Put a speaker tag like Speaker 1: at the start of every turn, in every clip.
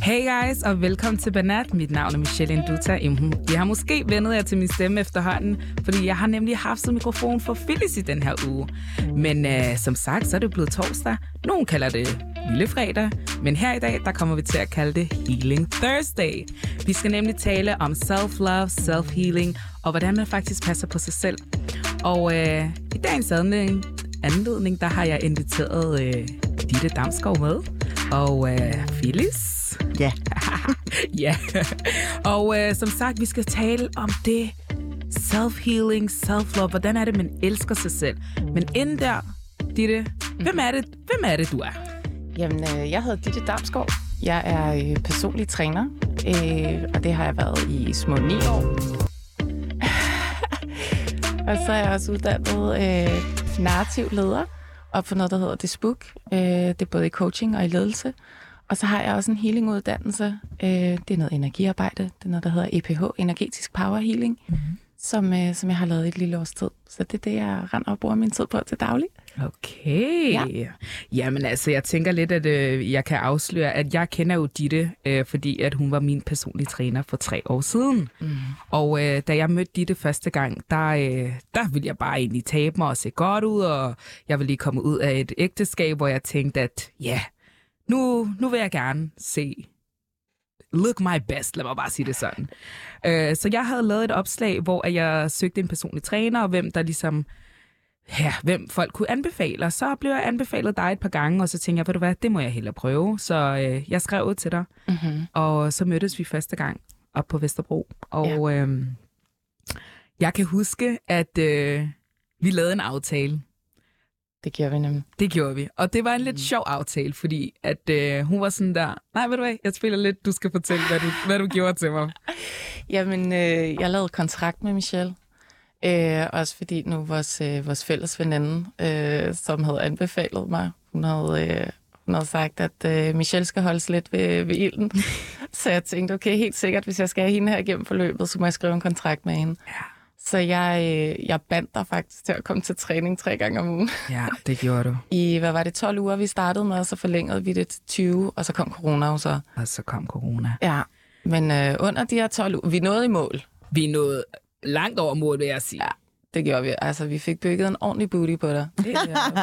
Speaker 1: Hey guys, og velkommen til Banat. Mit navn er Michelle Induta. Jeg har måske vendet jer til min stemme efterhånden, fordi jeg har nemlig haft mikrofon for Phyllis i den her uge. Men som sagt, så er det blevet torsdag. Nogen kalder det Lille Fredag, men her i dag, der kommer vi til at kalde det Healing Thursday. Vi skal nemlig tale om self-love, self-healing, og hvordan man faktisk passer på sig selv. Og i dagens anledning, der har jeg inviteret Ditte Damsgaard med, og Phyllis.
Speaker 2: Ja.
Speaker 1: Ja. Og som sagt, vi skal tale om det self-healing, self-love. Hvordan er det, man elsker sig selv? Men inden der, Ditte, hvem er det, du er?
Speaker 3: Jamen, jeg hedder Ditte Damsgaard. Jeg er personlig træner, og det har jeg været i små 9 år. Og så er jeg også uddannet narrativ leder og på noget, der hedder DeSpook. Det er både i coaching og i ledelse. Og så har jeg også en healinguddannelse. Det er noget energiarbejde. Det er noget, der hedder EPH, Energetisk Power Healing, som jeg har lavet i et lille års tid. Så det er det, jeg render og bruger min tid på til daglig.
Speaker 1: Okay. Ja. Jamen altså, jeg tænker lidt, at jeg kan afsløre, at jeg kender jo Ditte, fordi at hun var min personlige træner for 3 år siden. Og da jeg mødte Ditte første gang, der ville jeg bare egentlig tabe mig og se godt ud, og jeg ville lige komme ud af et ægteskab, hvor jeg tænkte, at ja, nu vil jeg gerne se look my best, lad mig bare sige det sådan. Så jeg havde lavet et opslag, hvor jeg søgte en personlig træner, og hvem der ligesom, hvem folk kunne anbefale. Og så blev jeg anbefalet dig et par gange, og så tænkte jeg, ved du hvad, det må jeg hellere prøve. Så jeg skrev ud til dig, og så mødtes vi første gang op på Vesterbro. Og jeg kan huske, at vi lavede en aftale.
Speaker 3: Det gjorde vi nemlig.
Speaker 1: Det gjorde vi. Og det var en lidt sjov aftale, fordi at hun var sådan der, nej, ved du hvad, jeg spiller lidt, du skal fortælle, hvad du gjorde til mig.
Speaker 3: Jamen, jeg lavede kontrakt med Michelle. Også fordi nu vores fælles veninde, som havde anbefalet mig, hun havde sagt, at Michelle skal holdes lidt ved ilden. Så jeg tænkte, okay, helt sikkert, hvis jeg skal have hende her igennem forløbet, så må jeg skrive en kontrakt med hende. Ja. Så jeg bandt dig faktisk til at komme til træning 3 gange om ugen.
Speaker 1: Ja, det gjorde du.
Speaker 3: I, 12 uger, vi startede med, og så forlængede vi det til 20, og så kom corona jo så.
Speaker 1: Og så kom corona.
Speaker 3: Ja, men under de her 12 uger, vi nåede i mål.
Speaker 1: Vi nåede langt over mål, vil jeg sige.
Speaker 3: Ja, det gjorde vi. Altså, vi fik bygget en ordentlig booty på dig. Det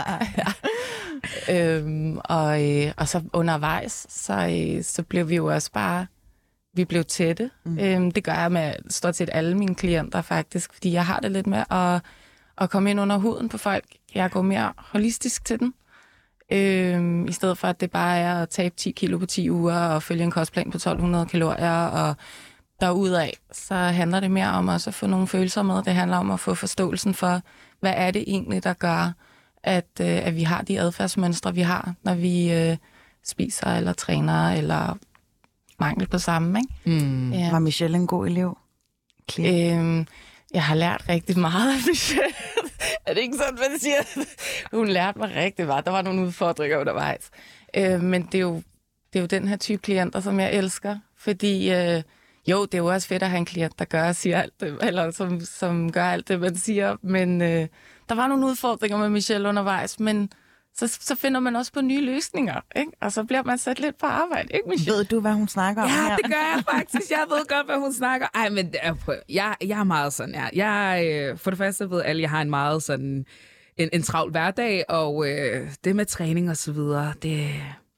Speaker 3: og så undervejs, så blev vi jo også bare... Vi blev tætte. Det gør jeg med stort set alle mine klienter faktisk, fordi jeg har det lidt med at komme ind under huden på folk. Jeg går mere holistisk til dem, i stedet for at det bare er at tabe 10 kilo på 10 uger og følge en kostplan på 1200 kalorier. Og derudaf, så handler det mere om også at få nogle følelser med. Det handler om at få forståelsen for, hvad er det egentlig, der gør, at vi har de adfærdsmønstre, vi har, når vi spiser eller træner eller... mangel på samme, ikke?
Speaker 2: Ja. Var Michelle en god elev?
Speaker 3: Jeg har lært rigtig meget af Michelle. Er det ikke sådan, man siger? Hun lærte mig rigtig meget. Der var nogle udfordringer undervejs. Men det er jo den her type klienter, som jeg elsker. Fordi det er jo også fedt at have en klient, der gør og siger alt det, eller som gør alt det, man siger. Men der var nogle udfordringer med Michelle undervejs, men så finder man også på nye løsninger, ikke? Og så bliver man sat lidt på arbejde, ikke, Michelle?
Speaker 2: Ved du, hvad hun snakker om her?
Speaker 1: Ja, det gør jeg faktisk. Jeg ved godt, hvad hun snakker. Ej, men jeg er meget sådan her. Jeg for det første ved alle, jeg har en meget sådan en travl hverdag, og det med træning og så videre, det...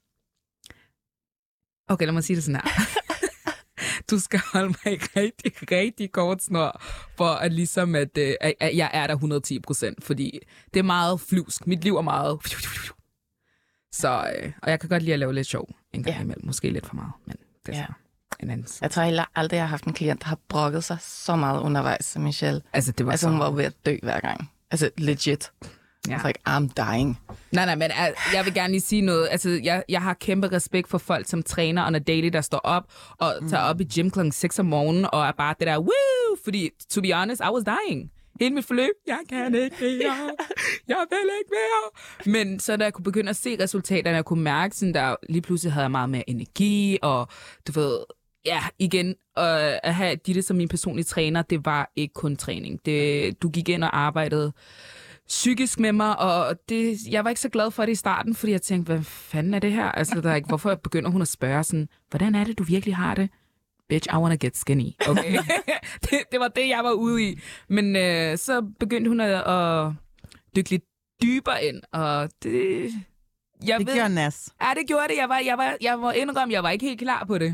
Speaker 1: Okay, lad mig sige det sådan her. Du skal holde mig rigtig, rigtig kort snor, for at ligesom, at jeg er der 110%, fordi det er meget flyvsk. Mit liv er meget... Så, og jeg kan godt lide at lave lidt sjov en gang imellem. Måske lidt for meget, men det er så en anden side.
Speaker 3: Jeg tror aldrig, jeg har haft en klient, der har brokket sig så meget undervejs som Michelle.
Speaker 1: Altså,
Speaker 3: hun var ved at dø hver gang. Altså, legit. Ja. It's like, I'm dying.
Speaker 1: Nej, men jeg vil gerne lige sige noget. Altså, jeg har kæmpe respekt for folk, som træner on a daily, der står op og tager op i gym kl. 6 om morgenen, og er bare det der, woo! Fordi, to be honest, I was dying. Hele mit forløb, jeg kan ikke mere. Jeg vil ikke mere. Men så da jeg kunne begynde at se resultaterne, jeg kunne mærke, sådan der lige pludselig havde jeg meget mere energi, og du ved, ja, igen, at have Ditte som min personlige træner, det var ikke kun træning. Du gik ind og arbejdede psykisk med mig, og jeg var ikke så glad for det i starten, fordi jeg tænkte, hvad fanden er det her? Altså, hvorfor begynder hun at spørge sådan, hvordan er det, du virkelig har det? Bitch, I wanna get skinny. Okay? det var det, jeg var ude i. Men så begyndte hun at dykke lidt dybere ind, og det
Speaker 2: gjorde nas.
Speaker 1: Ja, det gjorde det. Jeg var indrømme, jeg var ikke helt klar på det.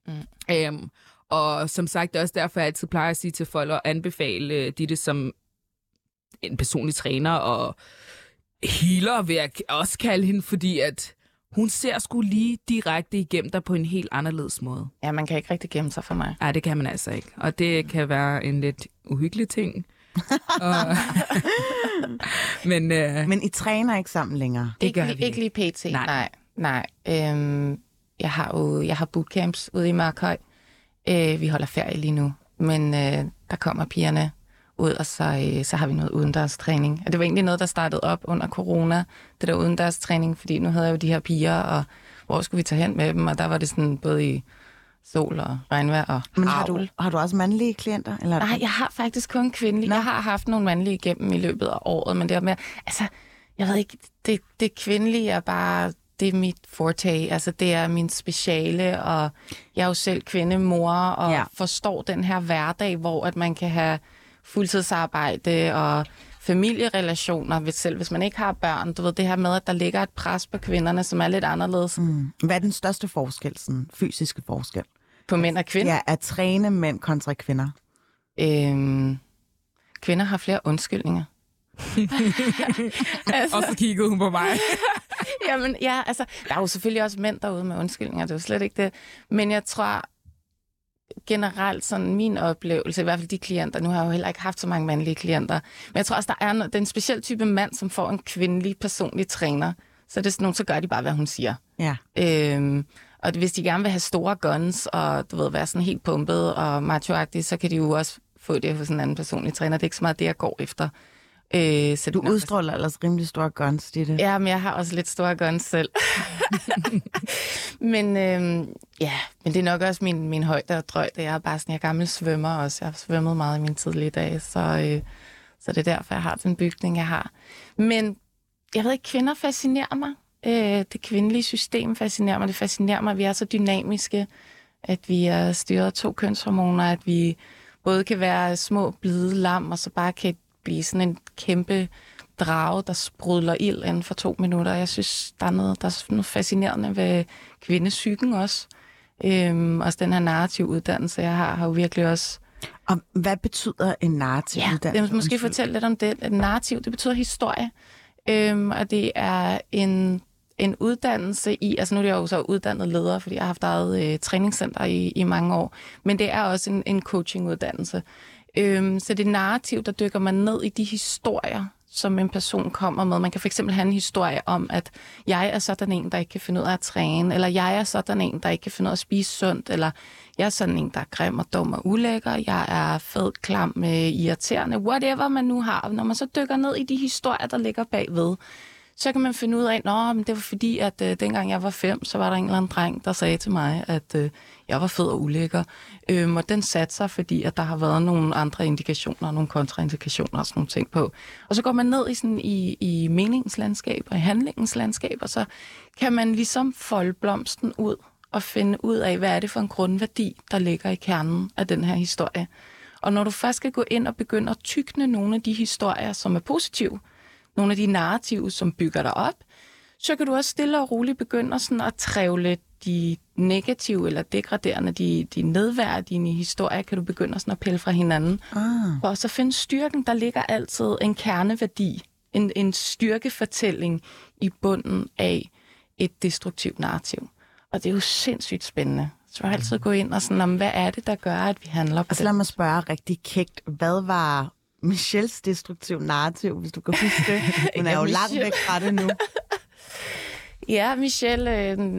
Speaker 1: Og som sagt, det er også derfor, jeg altid plejer at sige til folk og anbefale det som en personlig træner og healer, vil jeg også kalde hende, fordi at hun ser sgu lige direkte igennem dig på en helt anderledes måde.
Speaker 3: Ja, man kan ikke rigtig gemme sig for mig.
Speaker 1: Nej, det kan man altså ikke. Og det kan være en lidt uhyggelig ting. Men
Speaker 2: I træner ikke sammen længere?
Speaker 1: Det gør vi.
Speaker 3: Ikke lige pt. Nej. Jeg har bootcamps ude i Mørkhøj. Vi holder ferie lige nu, men der kommer pigerne ud, og så har vi noget udendørs træning. Og det var egentlig noget, der startede op under corona, det der udendørs træning, fordi nu havde jeg jo de her piger, og hvor skulle vi tage hen med dem? Og der var det sådan både i sol og regnvejr og
Speaker 2: men har du også mandlige klienter? Eller?
Speaker 3: Nej, jeg har faktisk kun kvindelige. Jeg har haft nogle mandlige igennem i løbet af året, men det er mere, altså, jeg ved ikke, det kvindelige er bare, det er mit forte, altså det er min speciale, og jeg er jo selv kvindemor, og forstår den her hverdag, hvor at man kan have fuldtidsarbejde og familierelationer, selv hvis man ikke har børn. Du ved, det her med, at der ligger et pres på kvinderne, som er lidt anderledes.
Speaker 2: Hvad er den største forskel, sådan fysiske forskel?
Speaker 3: På mænd og kvinder?
Speaker 2: Ja, at træne mænd kontra kvinder.
Speaker 3: Kvinder har flere undskyldninger.
Speaker 1: Og så kiggede hun på mig.
Speaker 3: Jamen, ja, altså, der er jo selvfølgelig også mænd derude med undskyldninger, det er jo slet ikke det. Men jeg tror generelt, sådan min oplevelse, i hvert fald de klienter, nu har jeg jo heller ikke haft så mange mandlige klienter, men jeg tror også, der er den specielle type mand, som får en kvindelig personlig træner, så det er sådan nogen, så gør de bare, hvad hun siger.
Speaker 2: Ja.
Speaker 3: Og hvis de gerne vil have store guns, og du ved, være sådan helt pumpet og macho-agtige, så kan de jo også få det hos en anden personlig træner. Det er ikke så meget det, jeg går efter.
Speaker 2: Så du udstråler ellers rimelig store guns, Ditte.
Speaker 3: Ja, men jeg har også lidt store guns selv. men men det er nok også min højde og drøjde. Jeg er bare sådan, jeg er gammel svømmer også. Jeg har svømmet meget i mine tidlige dage, så det er derfor, jeg har den bygning, jeg har. Men jeg ved ikke, kvinder fascinerer mig. Det kvindelige system fascinerer mig. Det fascinerer mig, at vi er så dynamiske, at vi er styret af 2 kønshormoner, at vi både kan være små, blide lam, og så bare kan blive sådan en kæmpe drage, der sprudler ild inden for 2 minutter. Jeg synes, der er noget fascinerende ved kvindepsyken også. Også den her narrativ uddannelse, jeg har jo virkelig også...
Speaker 2: Og hvad betyder en narrativ uddannelse?
Speaker 3: Jeg vil måske fortælle lidt om det. En narrativ, det betyder historie. Og det er en uddannelse i... Altså nu er jeg jo så uddannet leder, fordi jeg har haft eget træningscenter i mange år. Men det er også en coachinguddannelse. Så det er narrativ, der dykker man ned i de historier, som en person kommer med. Man kan for eksempel have en historie om, at jeg er sådan en, der ikke kan finde ud af at træne, eller jeg er sådan en, der ikke kan finde ud af at spise sundt, eller jeg er sådan en, der er grim og dum og ulækker, jeg er fed, klam, irriterende, whatever man nu har. Når man så dykker ned i de historier, der ligger bagved, så kan man finde ud af, men det var fordi, at dengang jeg var 5, så var der en eller anden dreng, der sagde til mig, at jeg var fed og ulækker. Og den satte sig, fordi at der har været nogle andre indikationer, nogle kontraindikationer og sådan nogle ting på. Og så går man ned i meningens landskab og i handlingens landskab, og så kan man ligesom folde blomsten ud og finde ud af, hvad er det for en grundværdi, der ligger i kernen af den her historie. Og når du først skal gå ind og begynde at tykne nogle af de historier, som er positive, nogle af de narrativer, som bygger dig op, så kan du også stille og roligt begynde sådan at trævle de negative eller degraderende, de nedværdige historier, kan du begynde sådan at pille fra hinanden. For så finde styrken, der ligger altid en kerneværdi, en styrkefortælling i bunden af et destruktivt narrativ. Og det er jo sindssygt spændende. Så du altid gå ind og sådan, hvad er det, der gør, at vi handler på det?
Speaker 2: Så lad mig spørge rigtig kægt, hvad var Michelles destruktiv narrativ, hvis du kan huske det? Hun er jo langt væk fra det nu.
Speaker 1: Ja, Michelle,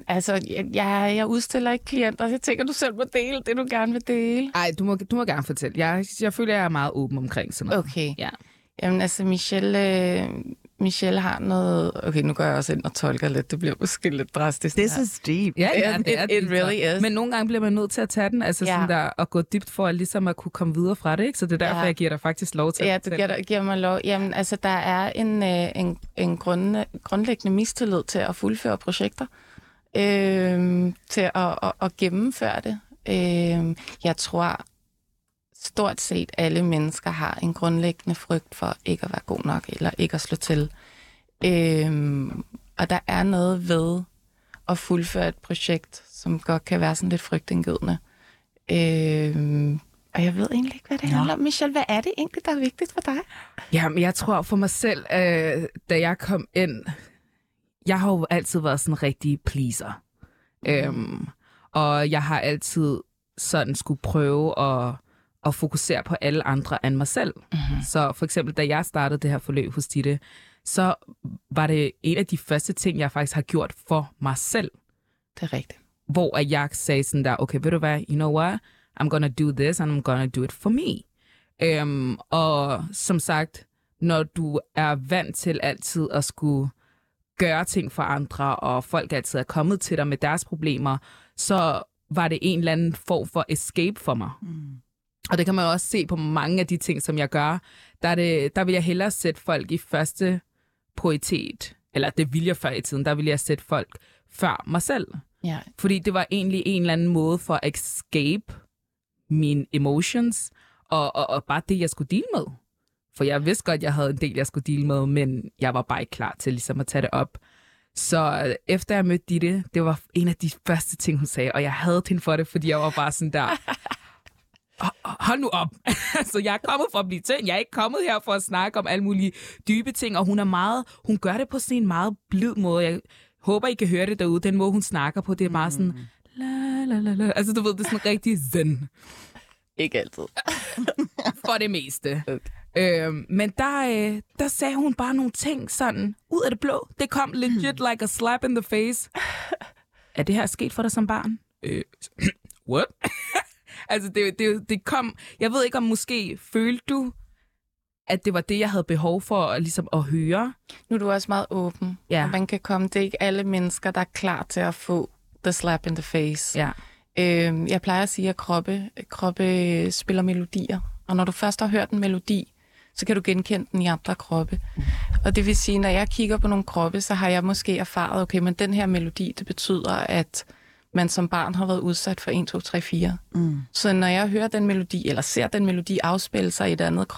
Speaker 1: jeg udstiller ikke klienter. Jeg tænker, du selv må dele det, du gerne vil dele. Nej, du må gerne fortælle. Jeg føler, jeg er meget åben omkring sådan noget.
Speaker 3: Okay.
Speaker 1: Ja.
Speaker 3: Jamen altså, Michelle, Michelle har noget... Okay, nu går jeg også ind og tolker lidt. Det bliver måske lidt drastisk.
Speaker 2: This is deep.
Speaker 1: Ja,
Speaker 3: it really is.
Speaker 1: Men nogle gange bliver man nødt til at tage den, altså sådan der, og gå dybt for ligesom at kunne komme videre fra det, ikke? Så det er derfor, jeg giver dig faktisk lov til
Speaker 3: at fortælle. Ja, du giver mig lov. Jamen, altså, der er en grundlæggende mistillid til at fuldføre projekter, til at gennemføre det. Jeg tror, stort set alle mennesker har en grundlæggende frygt for ikke at være god nok, eller ikke at slå til. Og der er noget ved at fuldføre et projekt, som godt kan være sådan lidt frygtindgydende. Og jeg ved egentlig ikke, hvad det handler om. Michelle, hvad er det egentlig, der er vigtigt for dig?
Speaker 1: Jamen, jeg tror for mig selv, da jeg kom ind, jeg har jo altid været sådan en rigtig pleaser. Og jeg har altid sådan skulle prøve at fokusere på alle andre end mig selv. Mm-hmm. Så for eksempel, da jeg startede det her forløb hos Ditte, så var det en af de første ting, jeg faktisk har gjort for mig selv.
Speaker 3: Det er rigtigt.
Speaker 1: Hvor jeg sagde sådan der, okay, ved du hvad, you know what? I'm gonna do this, and I'm gonna do it for me. Og som sagt, når du er vant til altid at skulle gøre ting for andre, og folk altid er kommet til dig med deres problemer, så var det en eller anden form for escape for mig. Mm. Og det kan man også se på mange af de ting, som jeg gør. Der vil jeg hellere sætte folk i første prioritet. Eller det vil jeg før i tiden. Der vil jeg sætte folk før mig selv.
Speaker 3: Ja.
Speaker 1: Fordi det var egentlig en eller anden måde for at escape mine emotions. Og bare det, jeg skulle deal med. For jeg vidste godt, jeg havde en del, jeg skulle deal med. Men jeg var bare ikke klar til ligesom at tage det op. Så efter jeg mødte Ditte, det var en af de første ting, hun sagde. Og jeg havde hende for det, fordi jeg var bare sådan der... Hold nu op. Så jeg er kommet for at blive tændt. Jeg er ikke kommet her for at snakke om alle mulige dybe ting, og hun gør det på sådan en meget blid måde. Jeg håber, I kan høre det derude. Den måde, hun snakker på, det er meget sådan... La, la, la, la. Altså, du ved, det er sådan rigtig zen.
Speaker 3: Ikke altid.
Speaker 1: For det meste. Okay. Men der sagde hun bare nogle ting sådan, ud af det blå. Det kom legit like a slap in the face. Er det her sket for dig som barn? What? Altså, det kom... Jeg ved ikke, om måske følte du, at det var det, jeg havde behov for ligesom at høre?
Speaker 3: Nu er du også meget åben.
Speaker 1: Ja.
Speaker 3: Og man kan komme... Det er ikke alle mennesker, der er klar til at få the slap in the face.
Speaker 1: Ja.
Speaker 3: Jeg plejer at sige, at kroppe spiller melodier. Og når du først har hørt en melodi, så kan du genkende den i andre kroppe. Og det vil sige, når jeg kigger på nogle kroppe, så har jeg måske erfaret, okay, men den her melodi, det betyder, at man som barn har været udsat for 1, 2, 3, 4. Mm. Så når jeg hører den melodi, eller ser den melodi afspille sig i et andet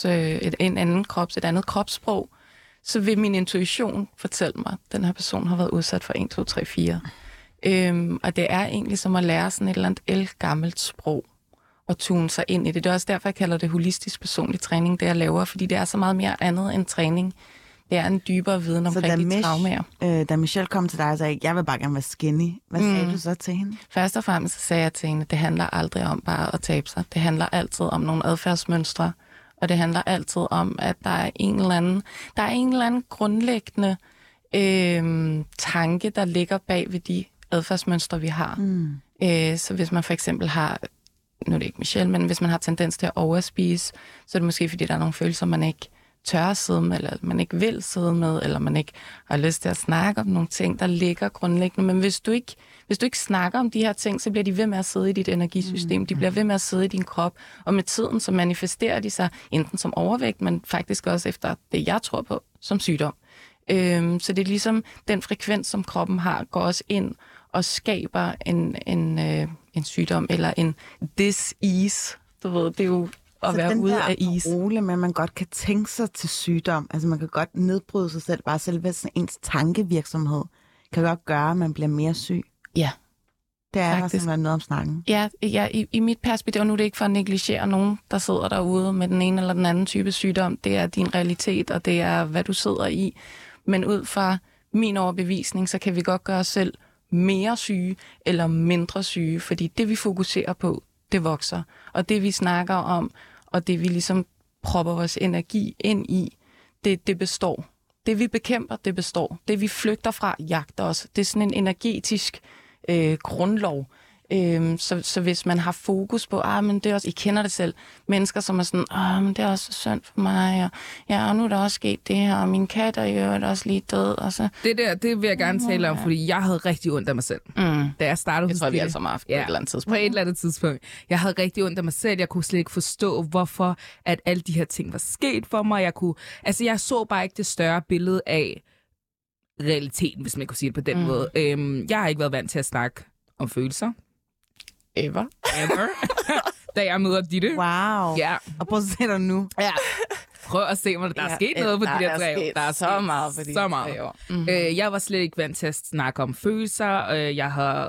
Speaker 3: et andet kropssprog, så vil min intuition fortælle mig, at den her person har været udsat for 1, 2, 3, 4. Og det er egentlig som at lære sådan et eller andet ældgammelt sprog og tune sig ind i det. Det er også derfor, jeg kalder det holistisk personlig træning, det jeg laver, fordi det er så meget mere andet end træning. Det er en dybere viden omkring de traumer.
Speaker 2: Da Michelle kom til dig og sagde, jeg vil bare gerne være skinny, hvad sagde du så til hende?
Speaker 3: Først og fremmest sagde jeg til hende, det handler aldrig om bare at tabe sig. Det handler altid om nogle adfærdsmønstre, og det handler altid om, at der er en eller anden grundlæggende tanke, der ligger bag ved de adfærdsmønstre, vi har. Så hvis man for eksempel har, nu er det ikke Michelle, men hvis man har tendens til at overspise, så er det måske, fordi der er nogle følelser, man ikke tør at sidde med, eller man ikke vil sidde med, eller man ikke har lyst til at snakke om nogle ting, der ligger grundlæggende. Men hvis du ikke snakker om de her ting, så bliver de ved med at sidde i dit energisystem. De bliver ved med at sidde i din krop, og med tiden så manifesterer de sig enten som overvægt, men faktisk også efter det, jeg tror på, som sygdom. Så det er ligesom den frekvens, som kroppen har, går også ind og skaber en sygdom, eller en dis-ease. Du ved, det er jo at så være ude af is.
Speaker 2: Parole, men man godt kan tænke sig til sygdom. Altså man kan godt nedbryde sig selv. Bare selve ens tankevirksomhed kan godt gøre, at man bliver mere syg.
Speaker 3: Ja.
Speaker 2: Det er faktisk simpelthen noget om snakken.
Speaker 3: Ja, i mit perspektiv, og nu er det ikke for at negligere nogen, der sidder derude med den ene eller den anden type sygdom. Det er din realitet, og det er, hvad du sidder i. Men ud fra min overbevisning, så kan vi godt gøre os selv mere syge eller mindre syge, fordi det, vi fokuserer på, det vokser. Og det, vi snakker om, og det, vi ligesom propper vores energi ind i, det består. Det, vi bekæmper, det består. Det, vi flygter fra, jagter os. Det er sådan en energetisk grundlov. Så hvis man har fokus på, men det er også, I kender det selv, mennesker, som er sådan, men det er også så synd for mig, og nu er der også sket det her, og min kat er jo også lige død. Og så...
Speaker 1: Det vil jeg gerne tale om, fordi jeg havde rigtig ondt af mig selv. Da jeg startede
Speaker 3: jeg tror, vi alle sammen har haft på et eller andet tidspunkt.
Speaker 1: På et eller andet tidspunkt. Jeg havde rigtig ondt af mig selv. Jeg kunne slet ikke forstå, hvorfor at alle de her ting var sket for mig. Jeg så bare ikke det større billede af realiteten, hvis man kunne sige det på den måde. Jeg har ikke været vant til at snakke om følelser.
Speaker 3: Ever.
Speaker 1: Da jeg møder Ditte.
Speaker 2: Wow.
Speaker 1: Ja.
Speaker 2: Og prøv at se dig nu.
Speaker 1: Ja. Prøv at se mig. Der er sket noget på de der 3 år.
Speaker 3: Der er så meget på de 3 år.
Speaker 1: Jeg var slet ikke vant til at snakke om følelser. Jeg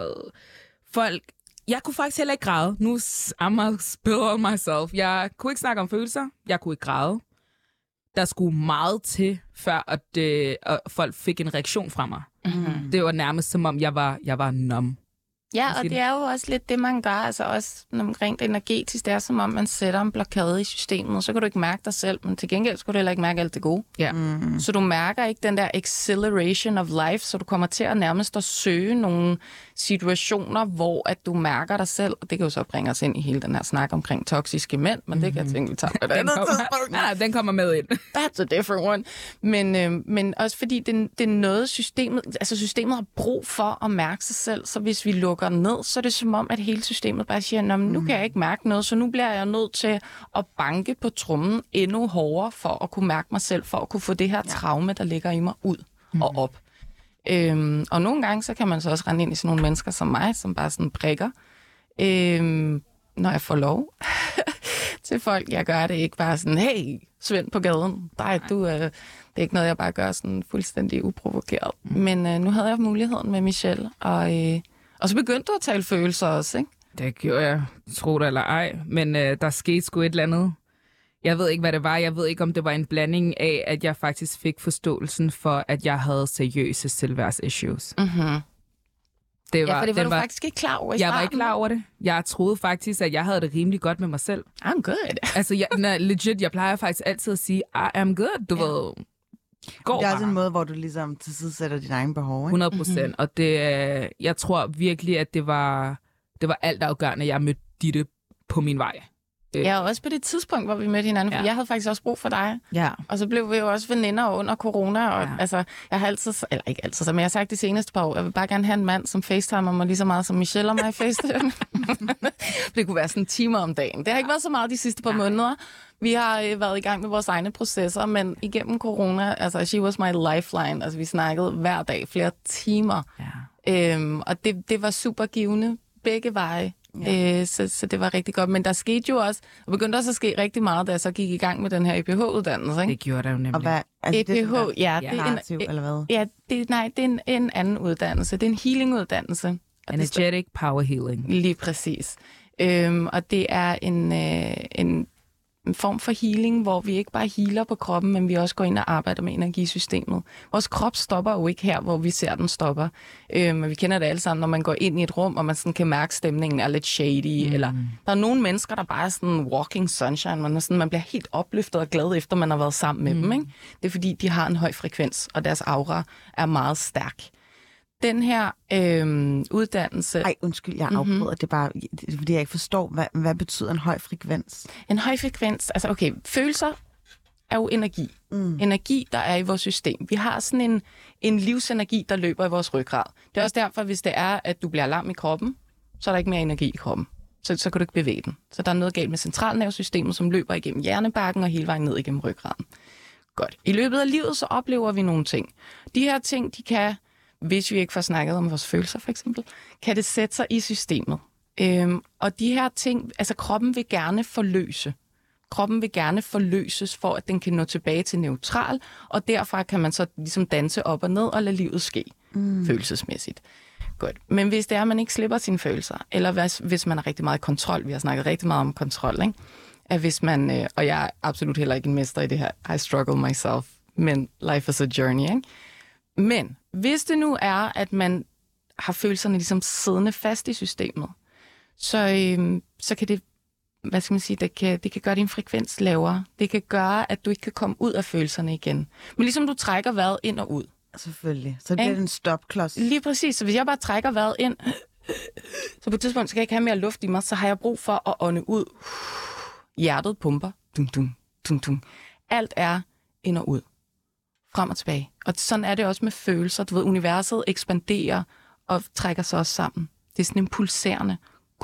Speaker 1: kunne faktisk heller ikke græde. Nu I'm spill on myself. Jeg kunne ikke snakke om følelser. Jeg kunne ikke græde. Der skulle meget til, før at folk fik en reaktion fra mig. Det var nærmest som om, jeg var numb.
Speaker 3: Ja, og det er jo også lidt det, man gør, altså også rent energetisk. Det er som om, man sætter en blokade i systemet, og så kan du ikke mærke dig selv, men til gengæld skulle du heller ikke mærke alt det gode.
Speaker 1: Ja.
Speaker 3: Så du mærker ikke den der acceleration of life, så du kommer til at nærmest at søge nogle situationer, hvor at du mærker dig selv, og det kan jo så bringe os ind i hele den her snak omkring toksiske mænd, men det kan jeg tænke, vi tager på det.
Speaker 1: Den kommer med ind.
Speaker 3: That's a different one. Men også fordi det er noget systemet har brug for at mærke sig selv, så hvis vi lukker ned, så er det som om, at hele systemet bare siger, nu kan jeg ikke mærke noget, så nu bliver jeg nødt til at banke på trommen endnu hårdere for at kunne mærke mig selv, for at kunne få det her traume, der ligger i mig, ud og op. Og nogle gange, så kan man så også rende ind i sådan nogle mennesker som mig, som bare sådan prikker, når jeg får lov til folk. Jeg gør det ikke bare sådan, hey, Svend på gaden, det er ikke noget, jeg bare gør sådan fuldstændig uprovokeret. Men nu havde jeg muligheden med Michelle, og så begyndte du at tale følelser også, ikke?
Speaker 1: Det gjorde jeg, tro det eller ej. Men der skete sgu et eller andet. Jeg ved ikke, hvad det var. Jeg ved ikke, om det var en blanding af, at jeg faktisk fik forståelsen for, at jeg havde seriøse selvværds-issues.
Speaker 3: For det var du faktisk ikke klar over i starten.
Speaker 1: Jeg var ikke klar over det. Jeg troede faktisk, at jeg havde det rimelig godt med mig selv.
Speaker 3: I'm good.
Speaker 1: Altså, legit, jeg plejer faktisk altid at sige, I am good, du ved.
Speaker 2: Det er også en måde, hvor du ligesom tilsidesætter dine egne behov, ikke?
Speaker 1: 100%. Og jeg tror virkelig, at det var alt afgørende, at jeg mødte Ditte på min vej.
Speaker 3: Ja, også på det tidspunkt, hvor vi mødte hinanden, for jeg havde faktisk også brug for dig.
Speaker 1: Ja.
Speaker 3: Og så blev vi jo også veninder under corona, og altså, jeg har altid, eller ikke altid, men jeg har sagt de seneste par år, jeg vil bare gerne have en mand, som facetimer mig lige så meget, som Michelle og mig facetimer. Det kunne være sådan timer om dagen. Det har ikke været så meget de sidste par måneder. Vi har været i gang med vores egne processer, men igennem corona, altså, she was my lifeline. Altså, vi snakkede hver dag, flere timer. Ja. Og det var super givende begge veje. Ja. Så det var rigtig godt. Men der skete jo også, og begyndte også at ske rigtig meget, da jeg så gik i gang med den her EPH-uddannelse. Ikke?
Speaker 1: Det gjorde der jo nemlig.
Speaker 2: Og hvad, altså
Speaker 3: EPH, det er
Speaker 2: narrativ, eller hvad?
Speaker 3: Ja, det er en anden uddannelse. Det er en healing-uddannelse.
Speaker 1: Energetic power healing.
Speaker 3: Lige præcis. Og det er en form for healing, hvor vi ikke bare healer på kroppen, men vi også går ind og arbejder med energisystemet. Vores krop stopper jo ikke her, hvor vi ser den stopper. Men vi kender det alle sammen, når man går ind i et rum, og man sådan kan mærke, at stemningen er lidt shady. Eller der er nogle mennesker, der bare er sådan walking sunshine. Man bliver helt opløftet og glad, efter man har været sammen med dem. Ikke? Det er fordi, de har en høj frekvens, og deres aura er meget stærk. Den her uddannelse...
Speaker 2: Ej, undskyld, jeg afbryder. Det er bare, fordi jeg ikke forstår, hvad betyder en høj frekvens?
Speaker 3: En høj frekvens, altså okay, følelser er jo energi. Energi, der er i vores system. Vi har sådan en livsenergi, der løber i vores ryggrad. Det er også derfor, hvis det er, at du bliver lam i kroppen, så er der ikke mere energi i kroppen. Så kan du ikke bevæge den. Så der er noget galt med centralnervesystemet, som løber igennem hjernebarken og hele vejen ned igennem ryggraden. Godt. I løbet af livet, så oplever vi nogle ting. De her ting, de kan... Hvis vi ikke får snakket om vores følelser, for eksempel, kan det sætte sig i systemet. Og de her ting, altså kroppen vil gerne forløse. Kroppen vil gerne forløses, for at den kan nå tilbage til neutral, og derfra kan man så ligesom danse op og ned og lade livet ske, følelsesmæssigt. Godt. Men hvis det er, at man ikke slipper sine følelser, eller hvis man har rigtig meget kontrol, vi har snakket rigtig meget om kontrol, ikke? At hvis man, og jeg er absolut heller ikke en mester i det her, I struggle myself, men life is a journey, ikke? Men hvis det nu er, at man har følelserne ligesom siddende fast i systemet, så kan det, hvad skal man sige, det kan gøre din frekvens lavere. Det kan gøre, at du ikke kan komme ud af følelserne igen. Men ligesom du trækker vejret ind og ud.
Speaker 2: Selvfølgelig. Så det er en stopklods.
Speaker 3: Lige præcis. Så hvis jeg bare trækker vejret ind, Så på et tidspunkt skal jeg ikke have mere luft i mig, så har jeg brug for at ånde ud. Hjertet pumper. Dum, dum, dum, dum. Alt er ind og ud. Frem og tilbage. Og sådan er det også med følelser. Du ved, universet ekspanderer og trækker sig også sammen. Det er sådan en pulserende.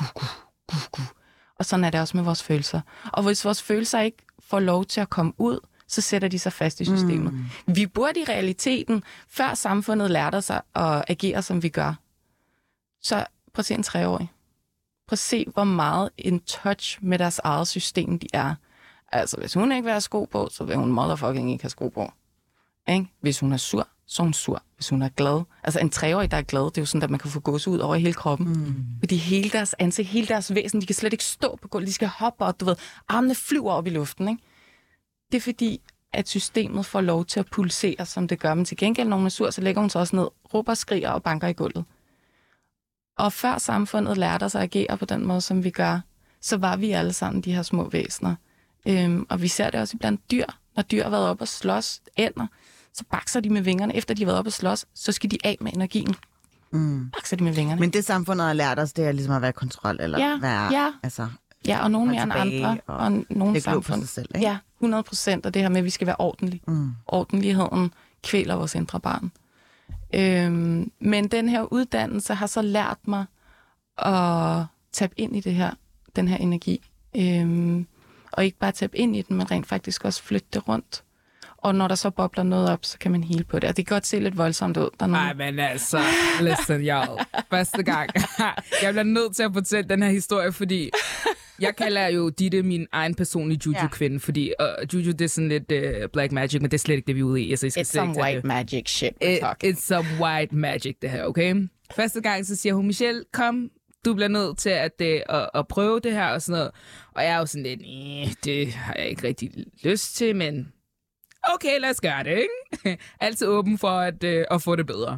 Speaker 3: Og sådan er det også med vores følelser. Og hvis vores følelser ikke får lov til at komme ud, så sætter de sig fast i systemet. Vi burde i realiteten, før samfundet lærte sig at agere, som vi gør. Så prøv at se en 3-årig. Prøv at se, hvor meget in touch med deres eget system de er. Altså, hvis hun ikke vil have sko på, så vil hun motherfucking ikke have sko på. Ikke? Hvis hun er sur, så er hun sur. Hvis hun er glad. Altså, en 3-årig, der er glad, det er jo sådan, at man kan få gåsehud over hele kroppen. Fordi hele deres ansigt, hele deres væsen, de kan slet ikke stå på gulvet. De skal hoppe, og du ved, armene flyver op i luften, ikke? Det er fordi, at systemet får lov til at pulsere, som det gør. Men til gengæld, når hun er sur, så lægger hun sig også ned, råber, skriger og banker i gulvet. Og før samfundet lærte os at agere på den måde, som vi gør, så var vi alle sammen de her små væsener. Og vi ser det også blandt dyr. Når dyr har været oppe og slås, ænder, så bakser de med vingerne. Efter de har været oppe og slås, så skal de af med energien. Bakser de med vingerne.
Speaker 2: Men det samfundet har lært os, det er ligesom at være kontrol, eller være... Altså,
Speaker 3: ja, og nogen mere end andre, og nogle samfund.
Speaker 2: Sig selv, ikke?
Speaker 3: Ja, 100%, og det her med, at vi skal være ordentlige. Ordentligheden kvæler vores indre barn. Men den her uddannelse har så lært mig at tabe ind i den her energi. Og ikke bare tabe ind i den, men rent faktisk også flytte det rundt. Og når der så bobler noget op, så kan man hele på det. Og det kan godt se lidt voldsomt ud.
Speaker 1: Nej, men altså, listen, y'all. Første gang. Jeg bliver nødt til at fortælle den her historie, fordi jeg kalder jo Ditte min egen personlige juju-kvinde, fordi juju, det er sådan lidt black magic, men det er slet ikke det, vi er ude i. Altså,
Speaker 3: it's some white magic shit we're talking.
Speaker 1: It's some white magic, det her, okay? Første gang, så siger hun, Michelle, kom, du bliver nødt til at prøve det her og sådan noget. Og jeg er jo sådan lidt, det har jeg ikke rigtig lyst til, men okay, lad os gøre det, ikke? Altid åben for at få det bedre.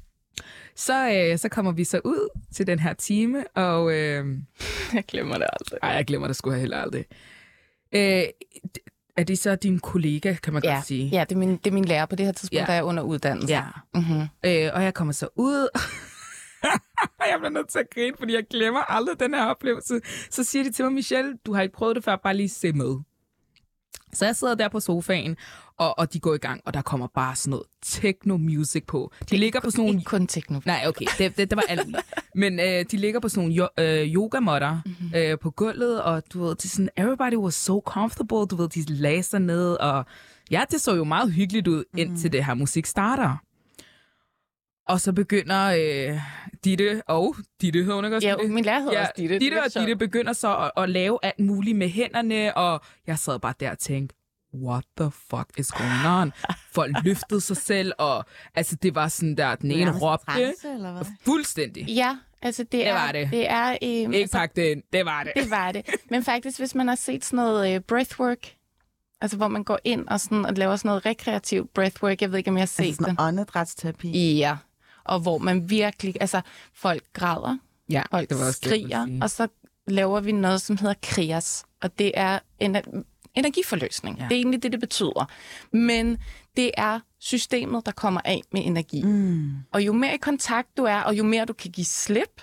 Speaker 1: Så kommer vi så ud til den her time, og...
Speaker 3: jeg glemmer det aldrig.
Speaker 1: Nej, jeg glemmer det sgu heller aldrig. Er det så din kollega, kan man godt sige?
Speaker 3: Ja, det er min lærer på det her tidspunkt, der er under uddannelse.
Speaker 1: Ja. Og jeg kommer så ud... jeg bliver nødt til at grine, fordi jeg glemmer aldrig den her oplevelse. Så siger de til mig, Michelle, du har ikke prøvet det før, bare lige se med. Så jeg sidder der på sofaen, og de går i gang, og der kommer bare sådan noget techno-music på. De ligger på sådan nogle...
Speaker 3: Ikke kun techno.
Speaker 1: Nej, okay, det var alt. Men de ligger på sådan nogle yogamotter på gulvet, og du ved, det er sådan, everybody was so comfortable, du ved, de lagde sig ned, og ja, det så jo meget hyggeligt ud, indtil det her musik starter. Og så begynder Ditte, hedder hun ikke også?
Speaker 3: Ja, min lærer hedder også Ditte.
Speaker 1: Ditte og Ditte begynder så at lave alt muligt med hænderne, og jeg sad bare der og tænkte, what the fuck is going on? Folk løftede sig selv, og altså det var sådan der, den ene råbte. Fuldstændig.
Speaker 3: Ja, altså det var det.
Speaker 1: Ikke
Speaker 3: altså,
Speaker 1: pakke det ind, det var det.
Speaker 3: Det var det. Men faktisk, hvis man har set sådan noget breathwork, altså hvor man går ind og laver sådan noget rekreativ breathwork, jeg ved ikke, om jeg har set
Speaker 2: altså sådan åndedrætsterapi.
Speaker 3: Ja. Og hvor man virkelig, altså folk græder, folk skriger, og så laver vi noget, som hedder krias. Og det er en energiforløsning. Ja. Det er egentlig det betyder. Men det er systemet, der kommer af med energi. Og jo mere i kontakt du er, og jo mere du kan give slip,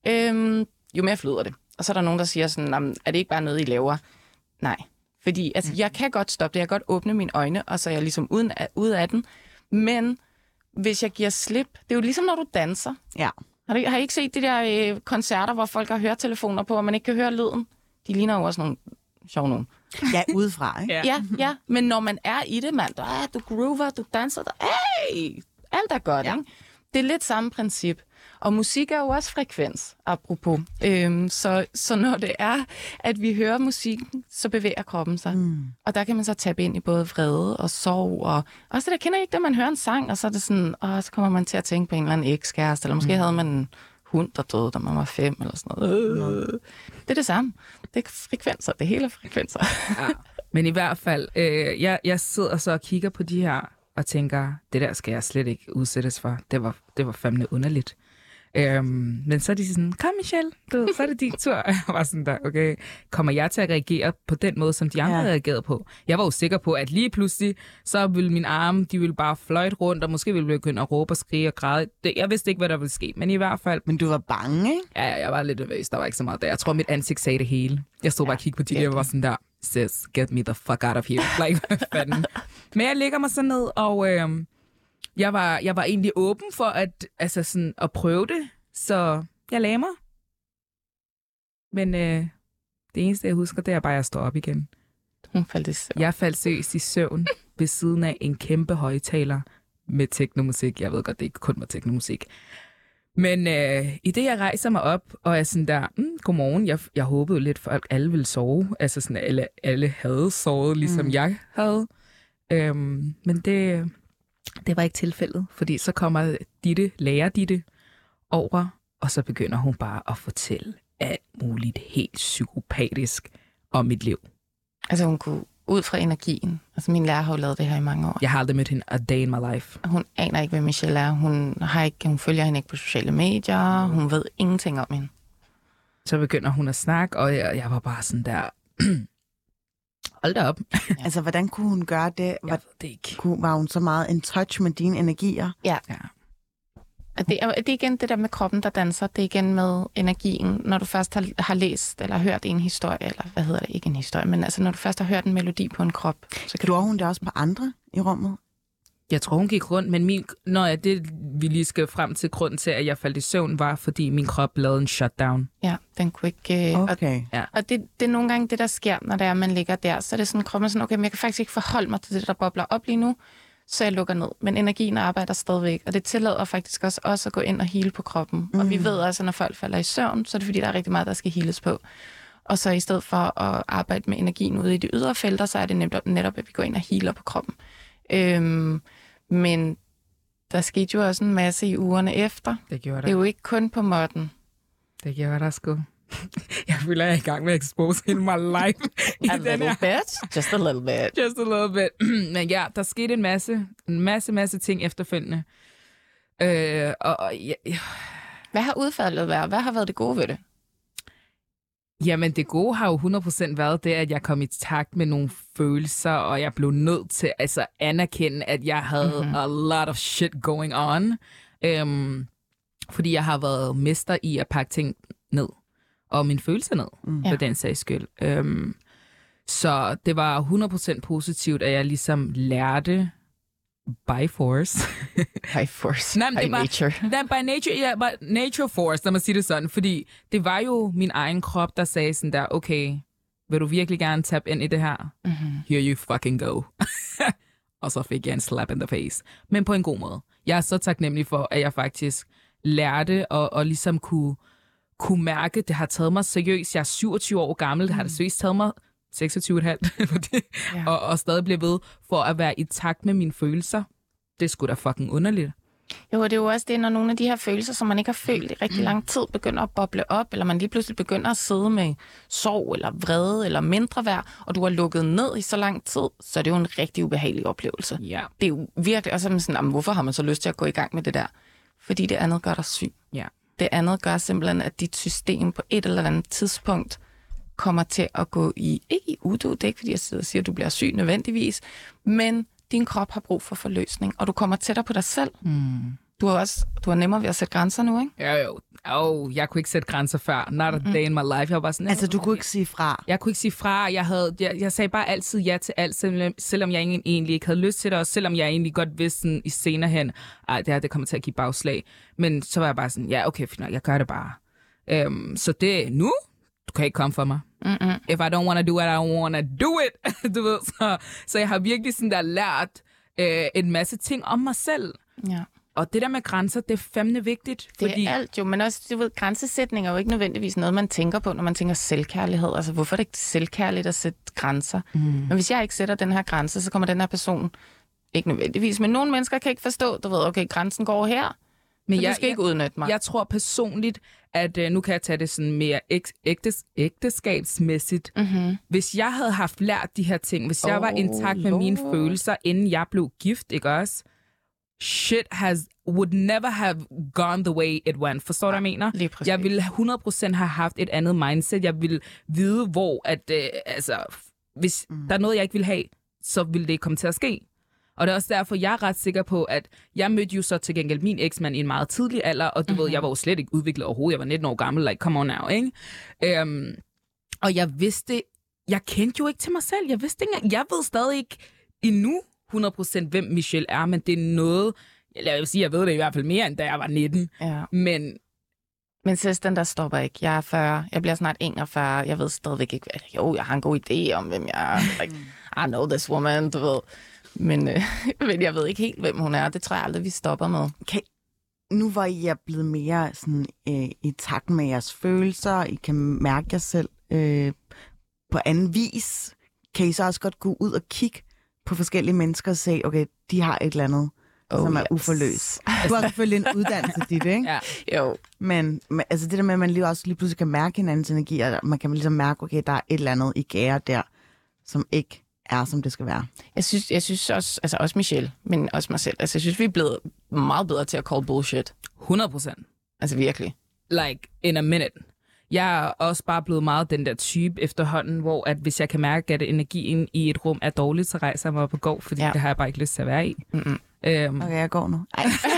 Speaker 3: jo mere flyder det. Og så er der nogen, der siger sådan, er det ikke bare noget, I laver? Nej. Fordi altså, jeg kan godt stoppe det, jeg kan godt åbne mine øjne, og så er jeg ligesom ude af den. Men hvis jeg giver slip, det er jo ligesom, når du danser.
Speaker 2: Ja.
Speaker 3: Har I ikke set de der koncerter, hvor folk har høretelefoner på, og man ikke kan høre lyden? De ligner jo også nogle sjove nogen.
Speaker 2: Ja, udefra, ikke?
Speaker 3: Ja. Men når man er i det, man, du groover, du danser, alt er godt, ikke? Det er lidt samme princip. Og musik er jo også frekvens, apropos. Så når det er, at vi hører musikken, så bevæger kroppen sig. Og der kan man så tabe ind i både vrede og sorg. Og også der kender I ikke, da man hører en sang, og så er det sådan, så kommer man til at tænke på en eller anden ekskæreste, eller måske havde man en hund, der døde, da man var 5, eller sådan noget. Det er det samme. Det er frekvenser, det hele er frekvenser.
Speaker 1: Ja. Men i hvert fald, jeg sidder så og kigger på de her, og tænker, det der skal jeg slet ikke udsættes for. Det var fandme underligt. Men så er de sådan, kom Michelle, så er det din tur. Jeg var sådan der, okay, kommer jeg til at reagere på den måde, som de andre reagerede på? Jeg var jo sikker på, at lige pludselig, så ville mine arme, de ville bare fløjte rundt, og måske ville begynde at råbe og skrige og græde. Jeg vidste ikke, hvad der ville ske, men i hvert fald...
Speaker 2: Men du var bange, ikke?
Speaker 1: Ja, jeg var lidt nervøs. Der var ikke så meget der. Jeg tror, mit ansigt sagde det hele. Jeg stod bare og kiggede på de der, og var sådan der, sis, get me the fuck out of here. Like, hvad fanden? Men jeg lægger mig så ned, og jeg var egentlig åben for at prøve det, så jeg lagde mig. Men det eneste, jeg husker, det er bare, at jeg står op igen.
Speaker 3: Hun faldt i søvn.
Speaker 1: Jeg faldt seriøst i søvn ved siden af en kæmpe højtaler med teknomusik. Jeg ved godt, det ikke kun var teknomusik. Men i det, jeg rejser mig op, og er sådan der, godmorgen, jeg håbede jo lidt, for at alle ville sove. Altså sådan, alle havde sovet, ligesom jeg havde. Men det var ikke tilfældet, fordi så kommer lærer Ditte over, og så begynder hun bare at fortælle alt muligt helt psykopatisk om mit liv.
Speaker 3: Altså hun kunne ud fra energien. Altså min lærer har jo lavet det her i mange år.
Speaker 1: Jeg har aldrig mødt hende a day in my life.
Speaker 3: Hun aner ikke, hvem Michelle er. Hun følger hende ikke på sociale medier. Hun ved ingenting om hende.
Speaker 1: Så begynder hun at snakke, og jeg var bare sådan der... Hold da op.
Speaker 2: Altså, hvordan kunne hun gøre det?
Speaker 1: Jeg ved det ikke.
Speaker 2: Var hun så meget in touch med dine energier?
Speaker 3: Ja. Det er igen det der med kroppen, der danser. Det er igen med energien. Når du først har læst eller hørt en historie, eller hvad hedder det, ikke en historie, men altså når du først har hørt en melodi på en krop. Så
Speaker 2: Gjorde hun det også på andre i rummet?
Speaker 1: Jeg tror, hun gik rundt, men det vi lige skal frem til, grunden til, at jeg faldt i søvn, var, fordi min krop lavede en shutdown.
Speaker 3: Ja, den kunne ikke...
Speaker 2: Okay.
Speaker 3: Og det er nogle gange det, der sker, når det er, man ligger der. Så er det sådan, kroppen sådan, okay, men jeg kan faktisk ikke forholde mig til det, der bobler op lige nu, så jeg lukker ned. Men energien arbejder stadigvæk, og det tillader faktisk også at gå ind og hele på kroppen. Og vi ved også, at når folk falder i søvn, så er det fordi, der er rigtig meget, der skal heales på. Og så i stedet for at arbejde med energien ude i de ydre felter, så er det netop, at vi går ind og healer på kroppen. Men der skete jo også en masse i ugerne efter.
Speaker 1: Det gjorde der.
Speaker 3: Det er jo ikke kun på måtten.
Speaker 1: Det gjorde der sgu. Jeg føler, jeg er i gang med at expose hele my life.
Speaker 3: A little bit. Just a little bit.
Speaker 1: Just a little bit. Men ja, der skete en masse ting efterfølgende.
Speaker 3: Hvad har udfaldet været? Hvad har været det gode ved det?
Speaker 1: Jamen, det gode har jo 100% været det, at jeg kom i takt med nogle følelser, og jeg blev nødt til at anerkende, at jeg havde a lot of shit going on. Fordi jeg har været mester i at pakke ting ned, og mine følelser ned, på den sags skyld. Så det var 100% positivt, at jeg ligesom lærte by force.
Speaker 3: By force.
Speaker 1: Nej,
Speaker 3: by nature.
Speaker 1: By nature, ja, by nature force, lad mig sige det sådan. Fordi det var jo min egen krop, der sagde sådan der, okay, vil du virkelig gerne tabe ind i det her? Here you fucking go. Og så fik jeg en slap in the face. Men på en god måde. Jeg er så taknemmelig for, at jeg faktisk lærte og ligesom kunne mærke, det har taget mig seriøst. Jeg er 27 år gammel, det har det seriøst taget mig 26,5 og stadig blive ved for at være i takt med mine følelser. Det er sgu da fucking underligt.
Speaker 3: Jo, det er jo også det, når nogle af de her følelser, som man ikke har følt i rigtig lang tid, begynder at boble op, eller man lige pludselig begynder at sidde med sorg, eller vrede, eller mindre værd, og du har lukket ned i så lang tid, så er det jo en rigtig ubehagelig oplevelse.
Speaker 1: Ja.
Speaker 3: Det er jo virkelig også sådan, hvorfor har man så lyst til at gå i gang med det der? Fordi det andet gør dig syg.
Speaker 1: Ja.
Speaker 3: Det andet gør simpelthen, at dit system på et eller andet tidspunkt kommer til at gå ikke i udo, det er ikke fordi jeg sidder og siger, at du bliver syg nødvendigvis, men din krop har brug for forløsning, og du kommer tættere på dig selv. Du har nemmere ved at sætte grænser nu, ikke?
Speaker 1: Jo. Jeg kunne ikke sætte grænser før. Not a day in my life. Jeg var bare sådan,
Speaker 2: altså, du kunne ikke sige fra?
Speaker 1: Jeg kunne ikke sige fra. Jeg sagde bare altid ja til alt, selvom jeg egentlig ikke havde lyst til det, og selvom jeg egentlig godt vidste sådan, i senere hen, det her det kommer til at give bagslag. Men så var jeg bare sådan, ja, okay, fint, jeg gør det bare. Så det nu, du kan ikke komme for mig. If I don't want to do it, I don't want to do it. Du ved, så jeg har virkelig sådan der lært en masse ting om mig selv.
Speaker 3: Ja.
Speaker 1: Og det der med grænser, det er fandme vigtigt.
Speaker 3: Det er alt jo, men også, du ved, grænsesætning er jo ikke nødvendigvis noget, man tænker på, når man tænker selvkærlighed. Altså, hvorfor er det ikke selvkærligt at sætte grænser? Men hvis jeg ikke sætter den her grænse, så kommer den her person, ikke nødvendigvis, men nogle mennesker kan ikke forstå, du ved, okay, grænsen går her, men du skal ikke udnytte mig.
Speaker 1: Jeg tror personligt, at nu kan jeg tage det sådan mere ægteskabsmæssigt. Hvis jeg havde haft lært de her ting, hvis jeg var intakt med mine følelser, inden jeg blev gift, ikke også? shit would never have gone the way it went. Forstår du, hvad jeg mener?
Speaker 3: Lige præcis.
Speaker 1: Jeg ville 100% have haft et andet mindset. Jeg ville vide, hvor at, hvis der er noget, jeg ikke vil have, så ville det komme til at ske. Og det er også derfor, jeg er ret sikker på, at jeg mødte jo så til gengæld min eksmand i en meget tidlig alder, og du ved, jeg var jo slet ikke udviklet overhovedet. Jeg var 19 år gammel, like, come on now, ikke? Og jeg kendte jo ikke til mig selv. Jeg vidste ikke, jeg ved stadig ikke endnu 100% hvem Michelle er, men det er noget, jeg vil sige, jeg ved det i hvert fald mere, end da jeg var 19.
Speaker 3: Ja.
Speaker 1: Men
Speaker 3: søs, den der stopper ikke. Jeg er 40, jeg bliver snart 41, jeg ved stadigvæk ikke, jo, jeg har en god idé om, hvem jeg er. Like, I know this woman, du ved. Men jeg ved ikke helt, hvem hun er. Det tror jeg aldrig, vi stopper med.
Speaker 2: Okay. Nu hvor I er blevet mere sådan, i takt med jeres følelser, I kan mærke jer selv på anden vis, kan I så også godt gå ud og kigge på forskellige mennesker og se, okay, de har et eller andet, som er uforløst. Du har selvfølgelig en uddannelse dit, ikke?
Speaker 1: ja.
Speaker 3: Jo.
Speaker 2: Men altså det der med, at man lige pludselig kan mærke hinandens energi, og man kan ligesom mærke, okay, der er et eller andet i gære der, som ikke er, som det skal være.
Speaker 3: Jeg synes også, altså også Michelle, men også mig selv, altså jeg synes, vi er blevet meget bedre til at call bullshit.
Speaker 1: 100%.
Speaker 3: Altså virkelig.
Speaker 1: Like, in a minute. Jeg er også bare blevet meget den der type efterhånden, hvor at hvis jeg kan mærke, at energien i et rum er dårligt, så rejser jeg mig op og går, fordi det har jeg bare ikke lyst til at være i.
Speaker 2: Okay, jeg går nu.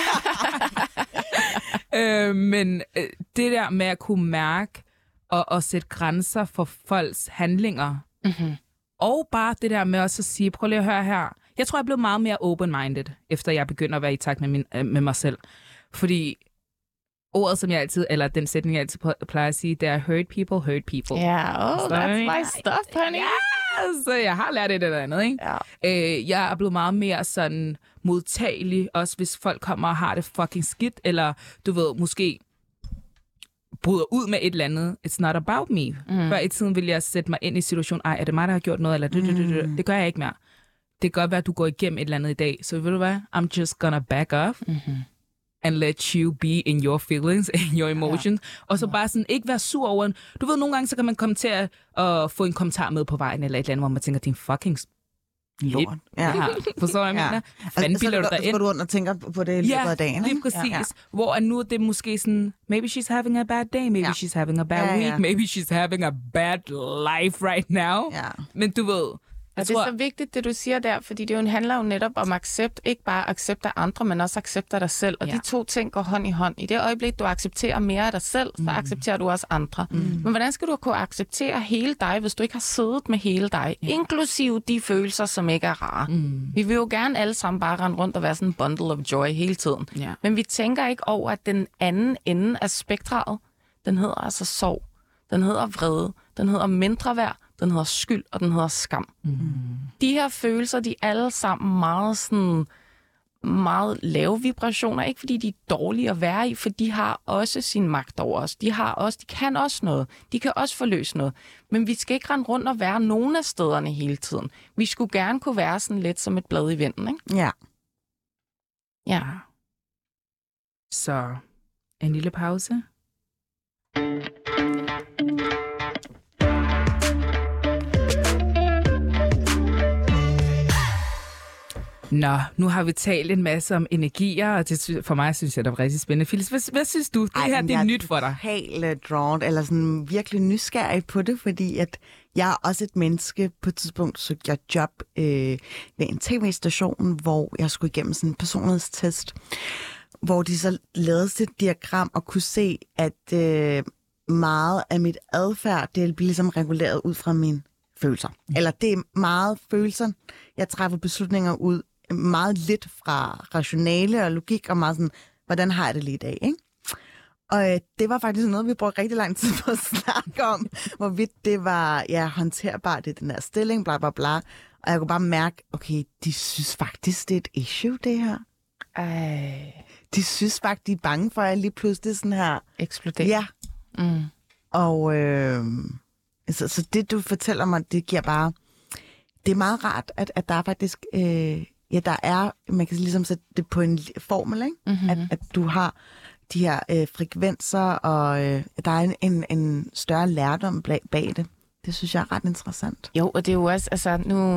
Speaker 1: Men det der med at kunne mærke og sætte grænser for folks handlinger, og bare det der med også at sige, prøv lige at høre her, jeg tror, jeg blev meget mere open-minded, efter jeg begynder at være i takt med mig selv. Fordi ordet, som jeg altid, eller den sætning, jeg altid plejer at sige, det er hurt people.
Speaker 3: Yeah, that's my stuff, honey.
Speaker 1: Yeah, så jeg har lært et eller andet, ikke?
Speaker 3: Yeah.
Speaker 1: Jeg er blevet meget mere sådan modtagelig, også hvis folk kommer og har det fucking skidt, eller du ved, måske bryder ud med et eller andet. It's not about me. Før i tiden ville jeg sætte mig ind i situationen, er det mig, der har gjort noget, eller det gør jeg ikke mere. Det kan godt være, at du går igennem et eller andet i dag, så ved du hvad? I'm just gonna back off. And let you be in your feelings and your emotions. Og så bare sådan, ikke være sur over en. Du ved, nogle gange, så kan man komme til at få en kommentar med på vejen, eller et eller andet, hvor man tænker, din fucking
Speaker 2: lort. Ja.
Speaker 1: Forstår du, hvad jeg mener? Fanden bilder du dig ind?
Speaker 2: Så går du rundt og tænker på det i løbet af dagen,
Speaker 1: lige præcis. Ja. Hvor nu det er måske sådan, maybe she's having a bad day, maybe she's having a bad week, maybe she's having a bad life right now. Ja. Men du ved,
Speaker 3: og det er så vigtigt, det du siger der, fordi det jo handler jo netop om accept, ikke bare accept af andre, men også accept af dig selv. Og de to ting går hånd i hånd. I det øjeblik, du accepterer mere af dig selv, så accepterer du også andre. Men hvordan skal du kunne acceptere hele dig, hvis du ikke har siddet med hele dig? Inklusive de følelser, som ikke er rare. Vi vil jo gerne alle sammen bare rende rundt og være sådan en bundle of joy hele tiden. Men vi tænker ikke over, at den anden ende af spektraet, den hedder altså sorg, den hedder vrede, den hedder mindre værd, den hedder skyld, og den hedder skam. De her følelser, de er alle sammen meget lave vibrationer. Ikke fordi de er dårlige at være i, for de har også sin magt over os. De kan også noget. De kan også forløse noget. Men vi skal ikke rende rundt og være nogen af stederne hele tiden. Vi skulle gerne kunne være sådan lidt som et blad i vinden, ikke? Ja.
Speaker 1: Så en lille pause. Nå, nu har vi talt en masse om energier, og det, for mig synes jeg, det er rigtig spændende. Phyllis, hvad synes du? Det her, det er nyt for dig.
Speaker 2: Helt drawn, eller sådan virkelig nysgerrig på det, fordi at jeg er også et menneske. På et tidspunkt søgte jeg job ved en tv-station, hvor jeg skulle igennem sådan en personlighedstest, hvor de så lavede et diagram og kunne se, at meget af mit adfærd, det bliver ligesom reguleret ud fra mine følelser. Eller det er meget følelser. Jeg træffer beslutninger ud meget lidt fra rationale og logik, og meget sådan, hvordan har jeg det lige i dag, ikke? Og det var faktisk noget, vi brugte rigtig lang tid på at snakke om, hvorvidt det var håndterbart i den her stilling, bla bla bla. Og jeg kunne bare mærke, okay, de synes faktisk, det er et issue, det her. De synes faktisk, de er bange for, at jeg lige pludselig sådan her
Speaker 3: eksploderer.
Speaker 2: Ja. Og så det, du fortæller mig, det giver bare. Det er meget rart, at der er faktisk der er, man kan ligesom sætte det på en formel, ikke? At du har de her frekvenser, og der er en større lærdom bag det. Det synes jeg er ret interessant.
Speaker 3: Jo, og det er jo også, altså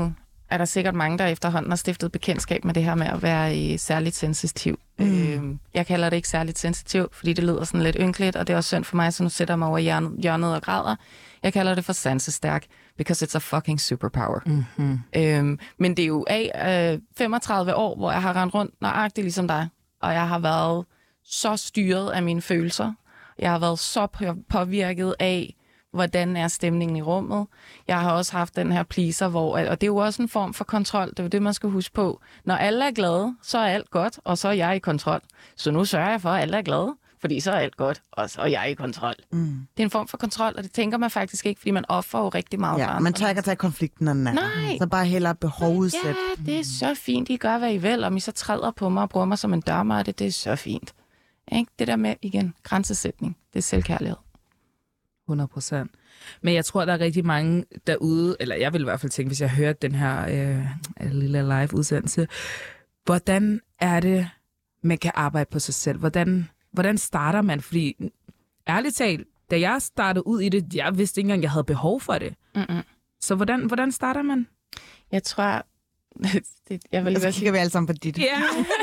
Speaker 3: er der sikkert mange, der efterhånden har stiftet bekendtskab med det her med at være særligt sensitiv. Jeg kalder det ikke særligt sensitiv, fordi det lyder sådan lidt ynkeligt, og det er også synd for mig, så nu sætter jeg mig over hjørnet og græder. Jeg kalder det for sansestærk, because it's a fucking superpower. Men det er jo af 35 år, hvor jeg har rendt rundt nøjagtigt ligesom dig, og jeg har været så styret af mine følelser. Jeg har været så påvirket af, hvordan er stemningen i rummet. Jeg har også haft den her pleaser, og det er jo også en form for kontrol. Det er jo det, man skal huske på. Når alle er glade, så er alt godt, og så er jeg i kontrol. Så nu sørger jeg for, at alle er glade, fordi så er alt godt, og så er jeg i kontrol. Det er en form for kontrol, og det tænker man faktisk ikke, fordi man offer jo rigtig meget.
Speaker 2: Ja, man tør ikke at tage konflikten af den anden.
Speaker 3: Nej.
Speaker 2: Så bare hellere behovudsæt.
Speaker 3: Ja, det er så fint. I gør, hvad I vil, om I så træder på mig og bruger mig som en dørmåtte, det er så fint. Ikke? Det der med, igen, grænsesætning, det er selvkærlighed.
Speaker 1: 100%. Men jeg tror, der er rigtig mange derude, eller jeg vil i hvert fald tænke, hvis jeg hørte den her lille live-udsendelse, hvordan er det, man kan arbejde på sig selv? Hvordan starter man? Fordi ærligt talt, da jeg startede ud i det, jeg vidste ikke engang, jeg havde behov for det. Så hvordan starter man?
Speaker 3: Jeg tror, jeg vil
Speaker 2: så kigger vi alle sammen på dit.
Speaker 1: Ja.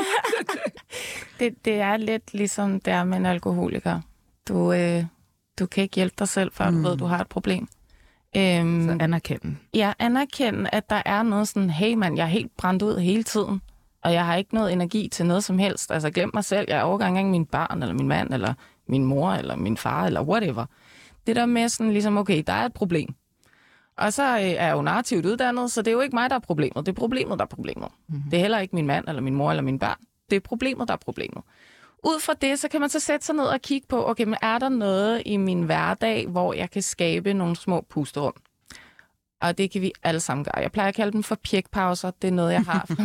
Speaker 3: Det er lidt ligesom det er med en alkoholiker. Du kan ikke hjælpe dig selv, før du ved, du har et problem.
Speaker 1: Så anerkende.
Speaker 3: Ja, anerkende, at der er noget sådan, hey mand, jeg er helt brændt ud hele tiden, og jeg har ikke noget energi til noget som helst. Altså glem mig selv, jeg er overgang ikke min barn, eller min mand, eller min mor, eller min far, eller whatever. Det der med sådan ligesom, okay, der er et problem. Og så er jeg jo narrativt uddannet, så det er jo ikke mig, der er problemet. Det er problemet, der er problemet. Det er heller ikke min mand, eller min mor, eller min barn. Det er problemet, der er problemet. Ud fra det, så kan man så sætte sig ned og kigge på, okay, men er der noget i min hverdag, hvor jeg kan skabe nogle små pusterum? Og det kan vi alle sammen gøre. Jeg plejer at kalde dem for pjekpauser. Det er noget, jeg har fra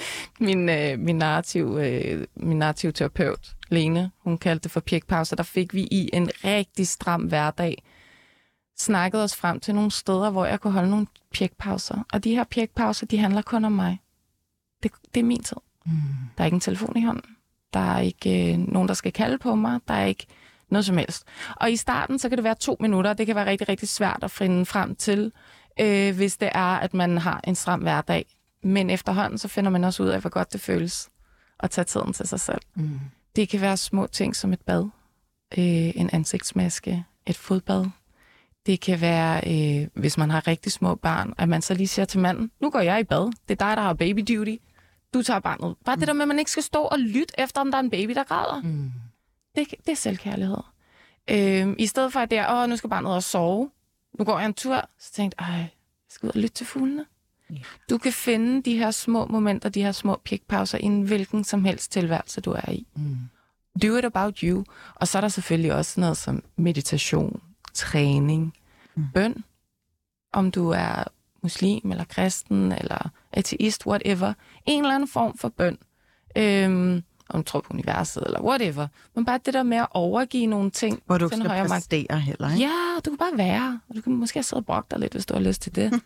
Speaker 3: min narrativ terapeut, Lene. Hun kaldte det for pjekpauser. Der fik vi i en rigtig stram hverdag snakket os frem til nogle steder, hvor jeg kunne holde nogle pjekpauser. Og de her pjekpauser, de handler kun om mig. Det er min tid. Der er ikke en telefon i hånden. Der er ikke nogen, der skal kalde på mig. Der er ikke noget som helst. Og i starten, så kan det være 2 minutter. Det kan være rigtig, rigtig svært at finde frem til, hvis det er, at man har en stram hverdag. Men efterhånden, så finder man også ud af, hvor godt det føles at tage tiden til sig selv. Det kan være små ting som et bad, en ansigtsmaske, et fodbad. Det kan være, hvis man har rigtig små barn, at man så lige siger til manden, nu går jeg i bad. Det er dig, der har baby duty. Du tager barnet. Bare det der med, at man ikke skal stå og lytte efter, om der er en baby, der græder. Det er selvkærlighed. I stedet for, at det er, nu skal barnet også sove. Nu går jeg en tur. Så tænkte jeg skal ud og lytte til fuglene. Du kan finde de her små momenter, de her små pikpauser i en hvilken som helst tilværelse, du er i. Do it about you. Og så er der selvfølgelig også noget som meditation, træning, bøn. Om du er muslim, eller kristen, eller ateist, whatever. En eller anden form for bøn. Om du tror på universet, eller whatever. Men bare det der med at overgive nogle ting.
Speaker 2: Hvor du ikke skal præstere heller, ikke?
Speaker 3: Ja, du kan bare være. Og du kan måske have siddet og brokke dig lidt, hvis du har lyst til det.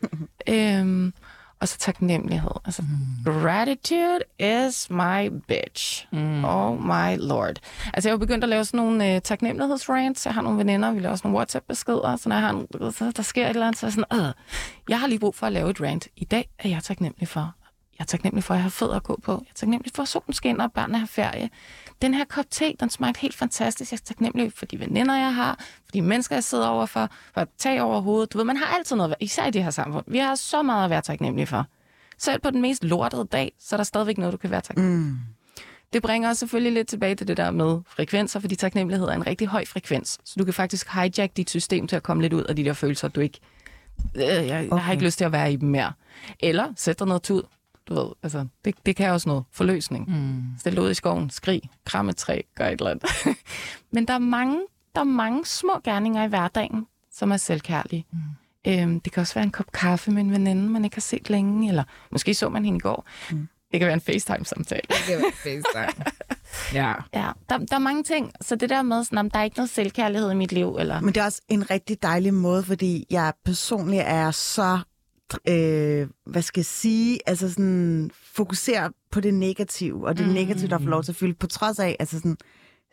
Speaker 3: Og så taknemmelighed. Altså, gratitude is my bitch. Oh my lord. Altså, jeg har begyndt at lave sådan nogle taknemlighedsrants. Jeg har nogle veninder, vi laver sådan nogle WhatsApp-beskeder. Så når jeg har der sker et eller andet, så er jeg sådan, jeg har lige brug for at lave et rant. I dag er jeg taknemmelig for. Jeg er taknemmelig for, at jeg har fødder at gå på. Jeg er taknemmelig for, at solen skinner, og børnene har ferie. Den her kop te, den smagte helt fantastisk. Jeg er taknemmelig for de veninder, jeg har, for de mennesker, jeg sidder overfor, for at tage over hovedet. Du ved, man har altid noget, især i det her samfund. Vi har så meget at være taknemmelige for. Selv på den mest lortede dag, så er der stadigvæk noget, du kan være taknemmelig. Det bringer os selvfølgelig lidt tilbage til det der med frekvenser, fordi taknemmelighed er en rigtig høj frekvens. Så du kan faktisk hijack dit system til at komme lidt ud af de der følelser, du ikke... Jeg har ikke lyst til at være i dem mere. Eller sæt dig noget tud. Du ved, altså, det kan også noget. Forløsning. Stil dig ud i skoven, skrig, kram et træ, gør et eller andet. Men der er mange små gerninger i hverdagen, som er selvkærlige. Det kan også være en kop kaffe med en veninde, man ikke har set længe, eller måske så man hende i går. Det kan være en FaceTime-samtale.
Speaker 1: Det kan være FaceTime. Ja,
Speaker 3: der er mange ting. Så det der med, sådan, der er ikke noget selvkærlighed i mit liv. Eller...
Speaker 2: Men det er også en rigtig dejlig måde, fordi jeg personligt er så... hvad skal jeg sige, altså sådan fokusere på det negative, og det negative, der får lov til at fylde, på trods af, altså sådan,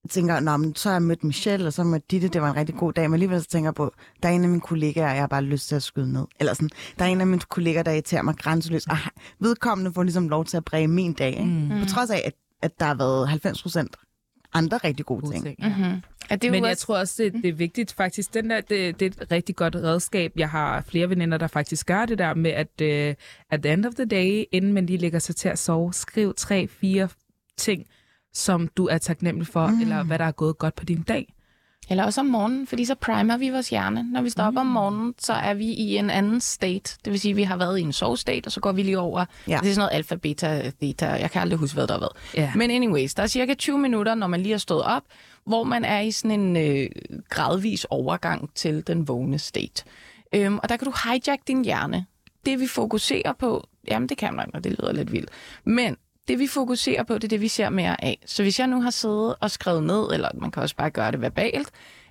Speaker 2: jeg tænker, men så har jeg mødt Michelle, og så mødte Ditte, det var en rigtig god dag, men alligevel så tænker jeg på, der er en af mine kollegaer, jeg har bare lyst til at skyde ned. Eller sådan, der er en af mine kollegaer, der irriterer mig grænseløst, og vedkommende får ligesom lov til at præge min dag, ikke? På trods af, at der har været 90% andre rigtig gode ting.
Speaker 3: Mm-hmm.
Speaker 1: Men jeg tror også, det er vigtigt faktisk. Det er et rigtig godt redskab. Jeg har flere veninder, der faktisk gør det der med, at at the end of the day, inden man lige lægger sig til at sove, skriv 3-4 ting, som du er taknemmelig for, eller hvad der er gået godt på din dag.
Speaker 3: Eller også om morgenen, fordi så primer vi vores hjerne. Når vi står op om morgenen, så er vi i en anden state. Det vil sige, at vi har været i en sovestate, og så går vi lige over. Ja. Det er sådan noget alfa, beta, theta. Jeg kan aldrig huske, hvad der har været. Ja. Men anyways, der er cirka 20 minutter, når man lige har stået op, hvor man er i sådan en gradvis overgang til den vågne state. Og der kan du hijack din hjerne. Det vi fokuserer på, jamen det kan man, og det lyder lidt vildt. Men det vi fokuserer på, det er det, vi ser mere af. Så hvis jeg nu har siddet og skrevet ned, eller man kan også bare gøre det verbalt,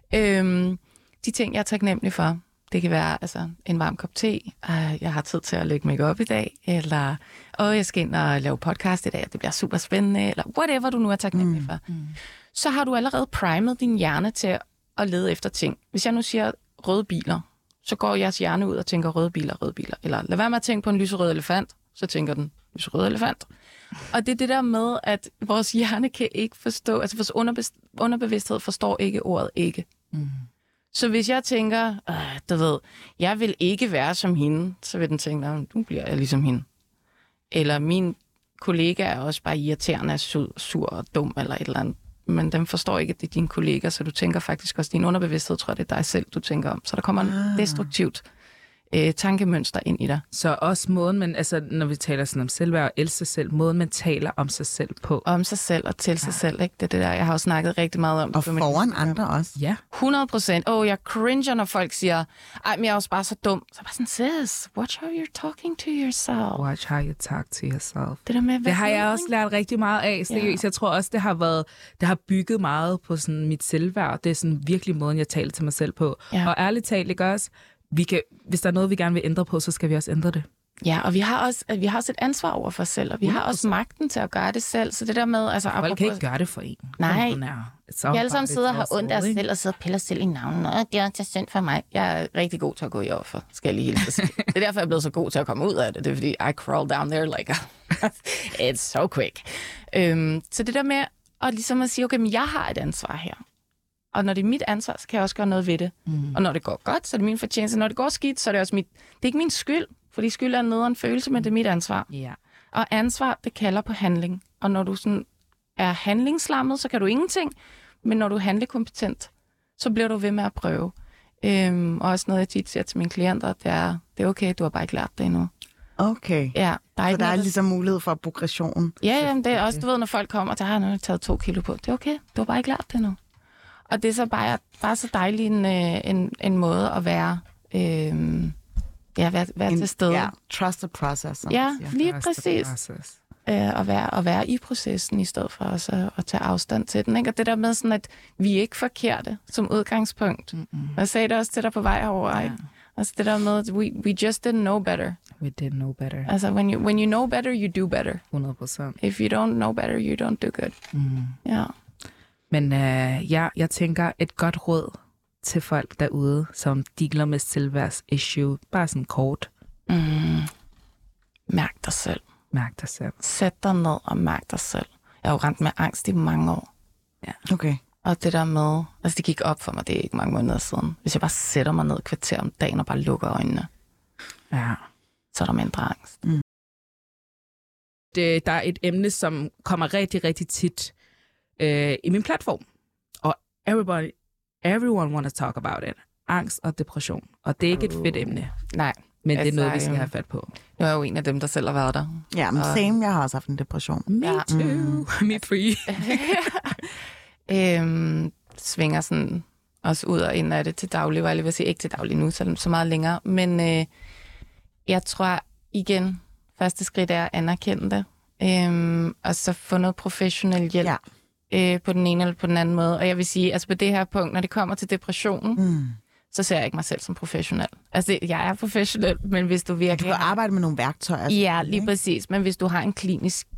Speaker 3: de ting, jeg er taknemmelig for, det kan være altså, en varm kop te, jeg har tid til at lægge make op i dag, eller jeg skal ind og lave podcast i dag, det bliver super spændende, eller whatever du nu er taknemmelig for. Så har du allerede primet din hjerne til at lede efter ting. Hvis jeg nu siger røde biler, så går jeres hjerne ud og tænker røde biler. Eller lad være med at tænke på en lyserød elefant, så tænker den lyserød elefant. Og det er det der med, at vores hjerne kan ikke forstå, altså vores underbevidsthed forstår ikke ordet ikke. Så hvis jeg tænker, du ved, jeg vil ikke være som hende, så vil den tænke, nu bliver jeg ligesom hende. Eller min kollega er også bare irriterende, sur og dum eller et eller andet. Men den forstår ikke, at det er din kollega, så du tænker faktisk også, din underbevidsthed tror, det er dig selv, du tænker om. Så der kommer en destruktivt tankemønster ind i dig.
Speaker 1: Så også måden, man, altså når vi taler sådan om selvværd og elske sig selv, måden man taler om sig selv på.
Speaker 3: Om sig selv og til sig selv, ikke? Det er det der, jeg har jo snakket rigtig meget om.
Speaker 2: Og foran andre også.
Speaker 1: Ja.
Speaker 3: 100%. Jeg cringer, når folk siger, men jeg er også bare så dum. Så bare sådan, sis, watch how you're talking to yourself.
Speaker 1: Watch how you talk to yourself.
Speaker 3: Det der med,
Speaker 1: det har jeg også lært rigtig meget af, seriøst. Jeg tror også, det har bygget meget på sådan mit selvværd. Det er sådan virkelig måden, jeg taler til mig selv på. Ja. Og ærligt talt, ikke også? Hvis der er noget, vi gerne vil ændre på, så skal vi også ændre det.
Speaker 3: Ja, og vi har også et ansvar over for os selv, og vi har også magten til at gøre det selv. Så det der med... Altså,
Speaker 1: folk kan ikke gøre det for en.
Speaker 3: Nej. Vi alle sammen sidder og har ondt af os selv, og sidder og piller selv i navnet. Det er også synd for mig. Jeg er rigtig god til at gå i offer, skal jeg lige hilse at sige. Det er derfor, jeg er blevet så god til at komme ud af det. Det er fordi, I crawl down there like... It's so quick. Så det der med at ligesom at sige, okay, men jeg har et ansvar her. Og når det er mit ansvar, så kan jeg også gøre noget ved det. Og når det går godt, så er det min fortjeneste. Når det går skidt, så er det også mit... Det er ikke min skyld, fordi skyld er en nederen følelse, men det er mit ansvar.
Speaker 1: Yeah.
Speaker 3: Og ansvar, det kalder på handling. Og når du sådan er handlingslammet, så kan du ingenting. Men når du er handlekompetent, så bliver du ved med at prøve. Og også noget, jeg tit siger til mine klienter, det er okay, du har bare ikke lært det endnu.
Speaker 2: Okay.
Speaker 3: Ja,
Speaker 2: så der er ligesom mulighed for progression.
Speaker 3: Ja, jamen, det er også, du ved, når folk kommer, der har jeg taget 2 kilo på. Det er okay, du har bare ikke lært det endnu. Og det er så bare så dejlig en måde at være, være til stede.
Speaker 2: Ja, trust the process.
Speaker 3: Ja, lige præcis. At være i processen, i stedet for også at tage afstand til den. Ikke? Og det der med sådan, at vi er ikke forkerte som udgangspunkt. Jeg sagde det også til dig på vej herover. Ikke? Altså det der med, at we just didn't know better.
Speaker 1: We didn't know better.
Speaker 3: Altså, when you know better, you do better.
Speaker 1: 100%.
Speaker 3: If you don't know better, you don't do good. Ja.
Speaker 1: Men jeg tænker et godt råd til folk derude, som dealer med selvværds-issue. Bare sådan kort.
Speaker 3: Mærk dig selv.
Speaker 1: Mærk dig selv.
Speaker 3: Sæt dig ned og mærk dig selv. Jeg har jo rendt med angst i mange år.
Speaker 1: Ja.
Speaker 2: Okay.
Speaker 3: Og det der med, altså det gik op for mig, det er ikke mange måneder siden. Hvis jeg bare sætter mig ned et kvarter om dagen og bare lukker øjnene, så er der mindre angst.
Speaker 1: Der er et emne, som kommer rigtig, rigtig tit i min platform. Og everyone want to talk about it. Angst og depression. Og det er ikke et fedt emne.
Speaker 3: Nej.
Speaker 1: Men det er noget, vi skal have fat på.
Speaker 3: Nu er jeg jo en af dem, der selv har været der.
Speaker 2: Ja, men same. Jeg har også haft en depression.
Speaker 1: Me too. Me free.
Speaker 3: Svinger sådan også ud og ind af det til daglig, jeg vil sige ikke til daglig nu, så meget længere. Men jeg tror igen, første skridt er at anerkende det. Og så få noget professionel hjælp. Ja. På den ene eller på den anden måde. Og jeg vil sige, altså på det her punkt, når det kommer til depressionen, så ser jeg ikke mig selv som professionel. Altså, jeg er professionel, men hvis du virkelig...
Speaker 2: Du kan arbejde med nogle værktøjer.
Speaker 3: Ja, lige præcis. Men hvis du har en klinisk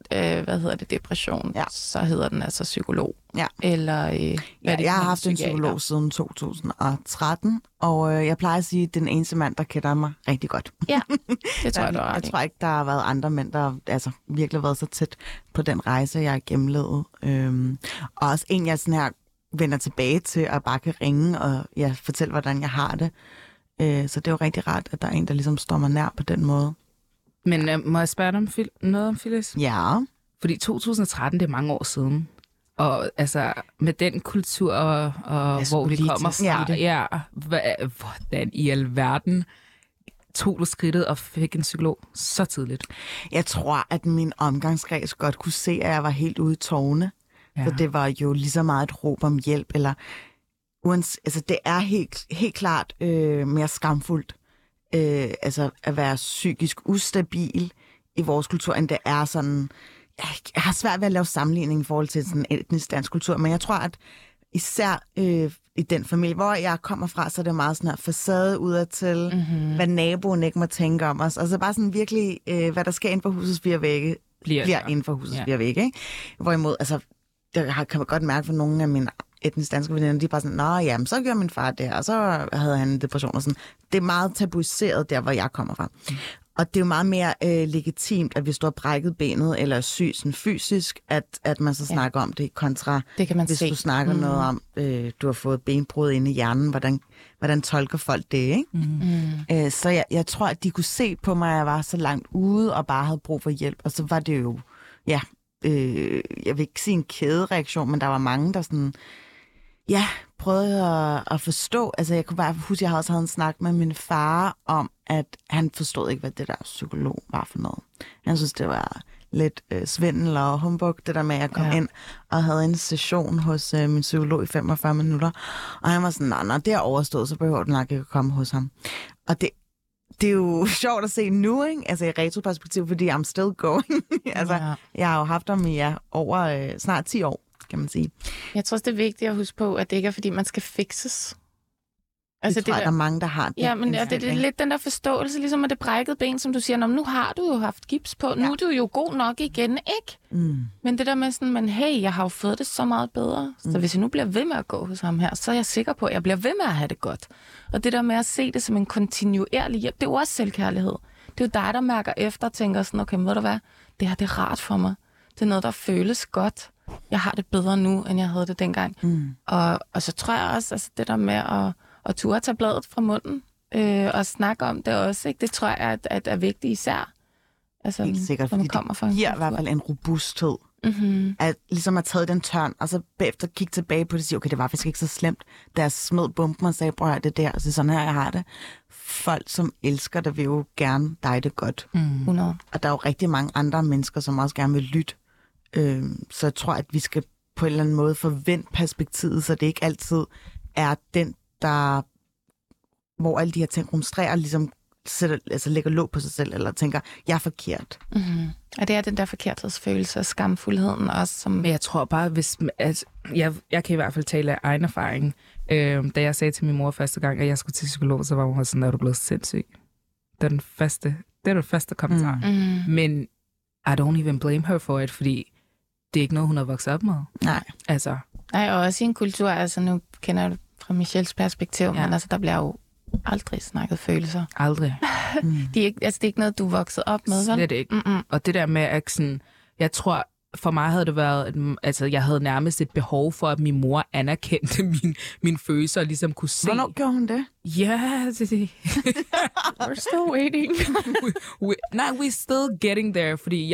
Speaker 3: depression,
Speaker 2: Ja.
Speaker 3: så hedder den altså psykolog.
Speaker 2: Ja.
Speaker 3: Eller,
Speaker 2: Jeg har haft en psykolog siden 2013, og jeg plejer at sige, at den eneste mand, der kender mig rigtig godt.
Speaker 3: Ja, det tror jeg, du har
Speaker 2: Jeg
Speaker 3: ret i.
Speaker 2: tror ikke, der har været andre mænd, der altså, virkelig har været så tæt på den rejse, jeg har gennemlevet. Og også en, jeg sådan her vender tilbage til, og bare kan ringe og fortælle, hvordan jeg har det. Så det er jo rigtig rart, at der er en, der ligesom står mig nær på den måde.
Speaker 1: Men må jeg spørge dig om noget om Phyllis?
Speaker 2: Ja.
Speaker 1: Fordi 2013, det er mange år siden. Og altså, med den kultur, og hvor vi kommer fra, hvordan i alverden tog du skridtet og fik en psykolog så tidligt?
Speaker 2: Jeg tror, at min omgangskreds godt kunne se, at jeg var helt ude i tårne. Ja. Så det var jo lige så meget et råb om hjælp, eller altså det er helt klart mere skamfuldt altså at være psykisk ustabil i vores kultur, end det er sådan. Jeg har svært ved at lave sammenligning i forhold til sådan etnisk dansk kultur, men jeg tror, at især i den familie, hvor jeg kommer fra, så er det meget sådan her facade udadtil, hvad naboen ikke må tænke om os. Altså bare sådan virkelig, hvad der sker inden for husets fire vægge, bliver inden for husets fire vægge. Ikke? Hvorimod, altså, det kan man godt mærke for nogle af mine etnisk danske veninder, de er bare sådan, nå jamen, så gjorde min far det, og så havde han en depression og sådan. Det er meget tabuiseret der, hvor jeg kommer fra. Og det er jo meget mere legitimt, at hvis du har brækket benet eller er syg sådan fysisk, at man så snakker om det kontra,
Speaker 3: det kan man
Speaker 2: hvis
Speaker 3: se.
Speaker 2: du snakker noget om, du har fået benbrud inde i hjernen, hvordan tolker folk det, ikke? Så jeg tror, at de kunne se på mig, at jeg var så langt ude og bare havde brug for hjælp. Og så var det jo, jeg vil ikke sige en kædereaktion, men der var mange, der sådan, prøvede at forstå. Altså jeg kunne bare huske, at jeg også havde en snak med min far om, at han forstod ikke, hvad det der psykolog var for noget. Han synes, det var lidt svindel og humbug, det der med, at jeg kom ind og havde en session hos min psykolog i 45 minutter. Og han var sådan, nej, det er overstået, så behøver du nok ikke at komme hos ham. Og det er jo sjovt at se nu, ikke? Altså i retroperspektiv, fordi I'm still going. Altså, jeg har jo haft ham i over snart 10 år, kan man sige.
Speaker 3: Jeg tror også, det er vigtigt at huske på, at det ikke er, fordi man skal fikses.
Speaker 2: Altså, det tror jeg, der er mange, der har det.
Speaker 3: Ja, men det er lidt den der forståelse, ligesom med det brækkede ben, som du siger, nu har du jo haft gips på, nu er du jo god nok igen, ikke? Men det der med sådan, men hey, jeg har jo fået det så meget bedre, så hvis jeg nu bliver ved med at gå hos ham her, så er jeg sikker på, at jeg bliver ved med at have det godt. Og det der med at se det som en kontinuerlig hjælp, det er jo også selvkærlighed. Det er jo dig, der mærker efter og tænker sådan, okay, ved du hvad, det her det er rart for mig. Det er noget, der føles godt. Jeg har det bedre nu, end jeg havde det dengang. Og så tror jeg også, altså det der med at turde tage bladet fra munden og snakke om det også, ikke? Det tror jeg er vigtigt især. Altså,
Speaker 2: helt sikkert, fordi det giver i hvert fald en robusthed. At ligesom at tage den tørn, og så bagefter kigge tilbage på det og sige, okay, det var faktisk ikke så slemt, da jeg smed bomben og sagde, prøv at det der, så sådan her, jeg har det. Folk, som elsker det, vil jo gerne dig det godt.
Speaker 3: 100.
Speaker 2: Og der er jo rigtig mange andre mennesker, som også gerne vil lytte. Så jeg tror, at vi skal på en eller anden måde forvente perspektivet, så det ikke altid er den, der, hvor alle de her ting rumstrerer, ligesom lægger låg på sig selv, eller tænker, jeg er forkert.
Speaker 3: Og det er den der forkerthedsfølelse og skamfuldheden også. Som...
Speaker 1: Men jeg tror bare, jeg kan i hvert fald tale af egen erfaring. Da jeg sagde til min mor første gang, at jeg skulle til psykolog, så var hun sådan, er du blevet sindssyg? Det er den første kommentar. Men I don't even blame her for it, fordi det er ikke noget, hun har vokset op med.
Speaker 2: Nej.
Speaker 1: Altså.
Speaker 3: Nej, og også i en kultur, altså nu kender jeg det fra Michelles perspektiv, men altså der bliver jo aldrig snakket følelser.
Speaker 1: Aldrig.
Speaker 3: Det er ikke noget, du er vokset op med, vel?
Speaker 1: Slet ikke. Og det der med, at sådan, jeg tror, for mig havde det været, jeg havde nærmest et behov for, at min mor anerkendte mine følelser og ligesom kunne se.
Speaker 2: Hvornår gjorde hun det?
Speaker 1: Ja,
Speaker 3: We're still waiting.
Speaker 1: we're still getting there, fordi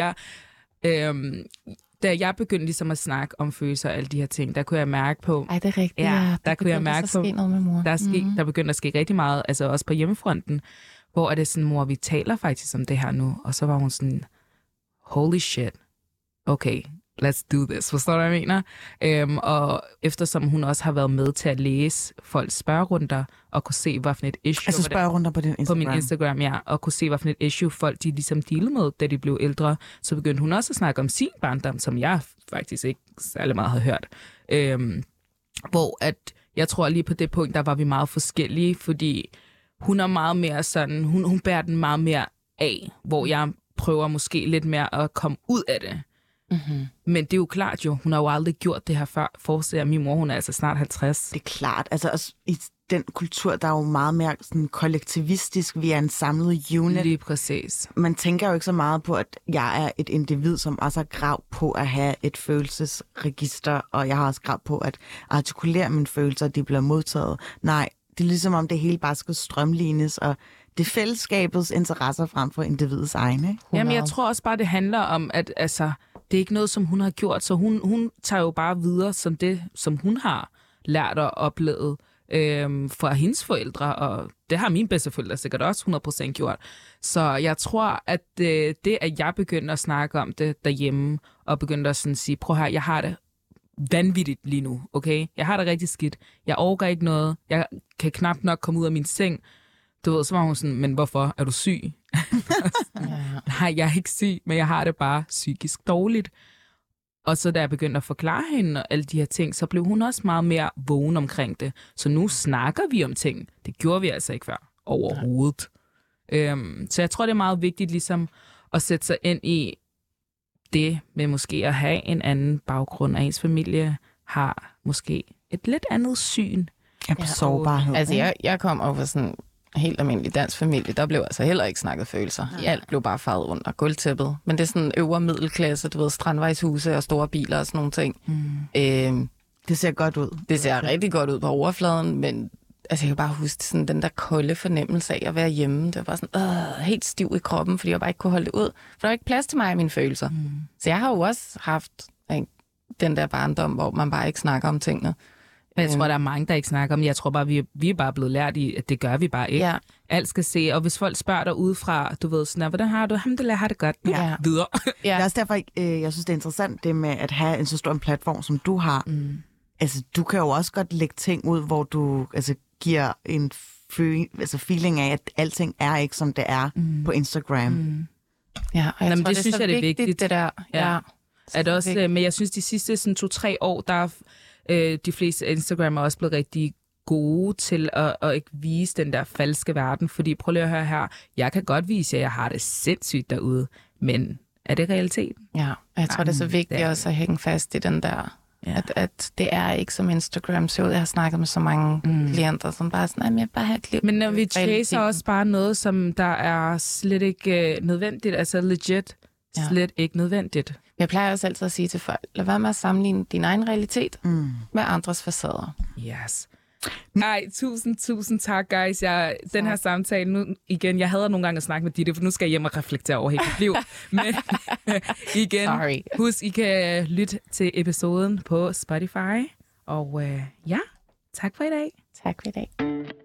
Speaker 1: da jeg begyndte ligesom at snakke om følelser og alle de her ting, der kunne jeg mærke på...
Speaker 3: Ej, det er rigtigt.
Speaker 1: Ja, der kunne jeg mærke på...
Speaker 3: Noget med mor.
Speaker 1: Der begyndte at ske rigtig meget, altså også på hjemmefronten, hvor er det sådan, mor, vi taler faktisk om det her nu, og så var hun sådan, holy shit, okay, let's do this. Forstår du, hvad jeg mener? Og eftersom hun også har været med til at læse folks spørgerunder, og kunne se, hvad for et issue...
Speaker 2: Altså spørgerunder på din Instagram?
Speaker 1: På min Instagram, ja. Og kunne se, hvad for et issue folk de ligesom dealede med, da de blev ældre. Så begyndte hun også at snakke om sin barndom, som jeg faktisk ikke særlig meget havde hørt. Hvor at jeg tror lige på det punkt, der var vi meget forskellige, fordi hun er meget mere sådan... Hun bærer den meget mere af, hvor jeg prøver måske lidt mere at komme ud af det.
Speaker 3: Mm-hmm.
Speaker 1: Men det er jo klart jo, hun har jo aldrig gjort det her før. Forestil jer, min mor, hun er altså snart 50.
Speaker 2: Det er klart. Altså også i den kultur, der er jo meget mere sådan kollektivistisk. Vi er en samlet unit.
Speaker 1: Lige præcis.
Speaker 2: Man tænker jo ikke så meget på, at jeg er et individ, som også har krav på at have et følelsesregister, og jeg har også krav på at artikulere mine følelser, at de bliver modtaget. Nej, det er ligesom om det hele bare skal strømlignes, og det er fællesskabets interesser frem for individets egne.
Speaker 1: Jamen, jeg tror også bare, det handler om, at altså, det er ikke noget, som hun har gjort, så hun tager jo bare videre som det, som hun har lært og oplevet fra hendes forældre, og det har mine bedsteforældre sikkert også 100% gjort. Så jeg tror, at det, at jeg begyndte at snakke om det derhjemme, og begyndte at sådan sige, prøv her, jeg har det vanvittigt lige nu, okay? Jeg har det rigtig skidt. Jeg orker ikke noget. Jeg kan knap nok komme ud af min seng. Du ved, så var hun sådan, men hvorfor? Er du syg? Nej, jeg er ikke syg, men jeg har det bare psykisk dårligt. Og så da jeg begyndte at forklare hende og alle de her ting, så blev hun også meget mere vågen omkring det. Så nu snakker vi om ting. Det gjorde vi altså ikke før overhovedet. Så jeg tror, det er meget vigtigt ligesom at sætte sig ind i det med måske at have en anden baggrund, og ens familie har måske et lidt andet syn.
Speaker 2: Ja, på sårbarhed.
Speaker 3: Altså, jeg kom over fra sådan en helt almindelig dansk familie. Der blev altså heller ikke snakket følelser. Alt blev bare farvet under gulvtæppet. Men det er sådan øvre middelklasse, du ved, strandvejshuse og store biler og sådan nogle ting.
Speaker 2: Det ser godt ud.
Speaker 3: Det ser rigtig godt ud på overfladen, men altså, jeg kan bare huske sådan, den der kolde fornemmelse af at være hjemme. Det var bare sådan helt stiv i kroppen, fordi jeg bare ikke kunne holde det ud. For der var ikke plads til mig og mine følelser. Så jeg har jo også haft den der barndom, hvor man bare ikke snakker om tingene.
Speaker 1: Jeg tror, der er mange, der ikke snakker om det. Jeg tror bare, vi er bare blevet lært i, at det gør vi bare ikke.
Speaker 3: Ja.
Speaker 1: Alt skal se, og hvis folk spørger dig udefra, du ved sådan, hvordan har du? Alhamdulillah, har det godt.
Speaker 3: Ja.
Speaker 1: Videre.
Speaker 2: Det er også derfor, jeg synes, det er interessant det med at have en så stor en platform, som du har. Altså, du kan jo også godt lægge ting ud, hvor du giver en feeling af, at alting er ikke, som det er på Instagram.
Speaker 3: Ja, og jeg tror,
Speaker 1: det synes jeg, det er vigtigt.
Speaker 3: Det der. Ja.
Speaker 1: At også, men jeg synes, de sidste sådan, 2-3 år, der er de fleste Instagram er også blevet rigtig gode til at ikke vise den der falske verden. Fordi prøv lige at høre her, jeg kan godt vise, at jeg har det sindssygt derude, men er det realiteten?
Speaker 3: Ja, og jeg tror, det er så vigtigt også at hænge fast i den der, at det er ikke som Instagram ser ud. Jeg har snakket med så mange klienter, som bare sådan, jeg bare have et liv.
Speaker 1: Men når vi chaser også bare noget, som der er slet ikke nødvendigt, altså legit slet ikke nødvendigt.
Speaker 3: Jeg plejer også altid at sige til folk, lad være med at sammenligne din egen realitet med andres facader.
Speaker 1: Yes. Nej, tusind tak, guys. Den her samtale nu, igen, jeg hader nogle gange at snakke med Ditte, for nu skal jeg hjem og reflektere over hele mit liv. Men igen, husk, I kan lytte til episoden på Spotify. Og tak for i dag.
Speaker 3: Tak for i dag.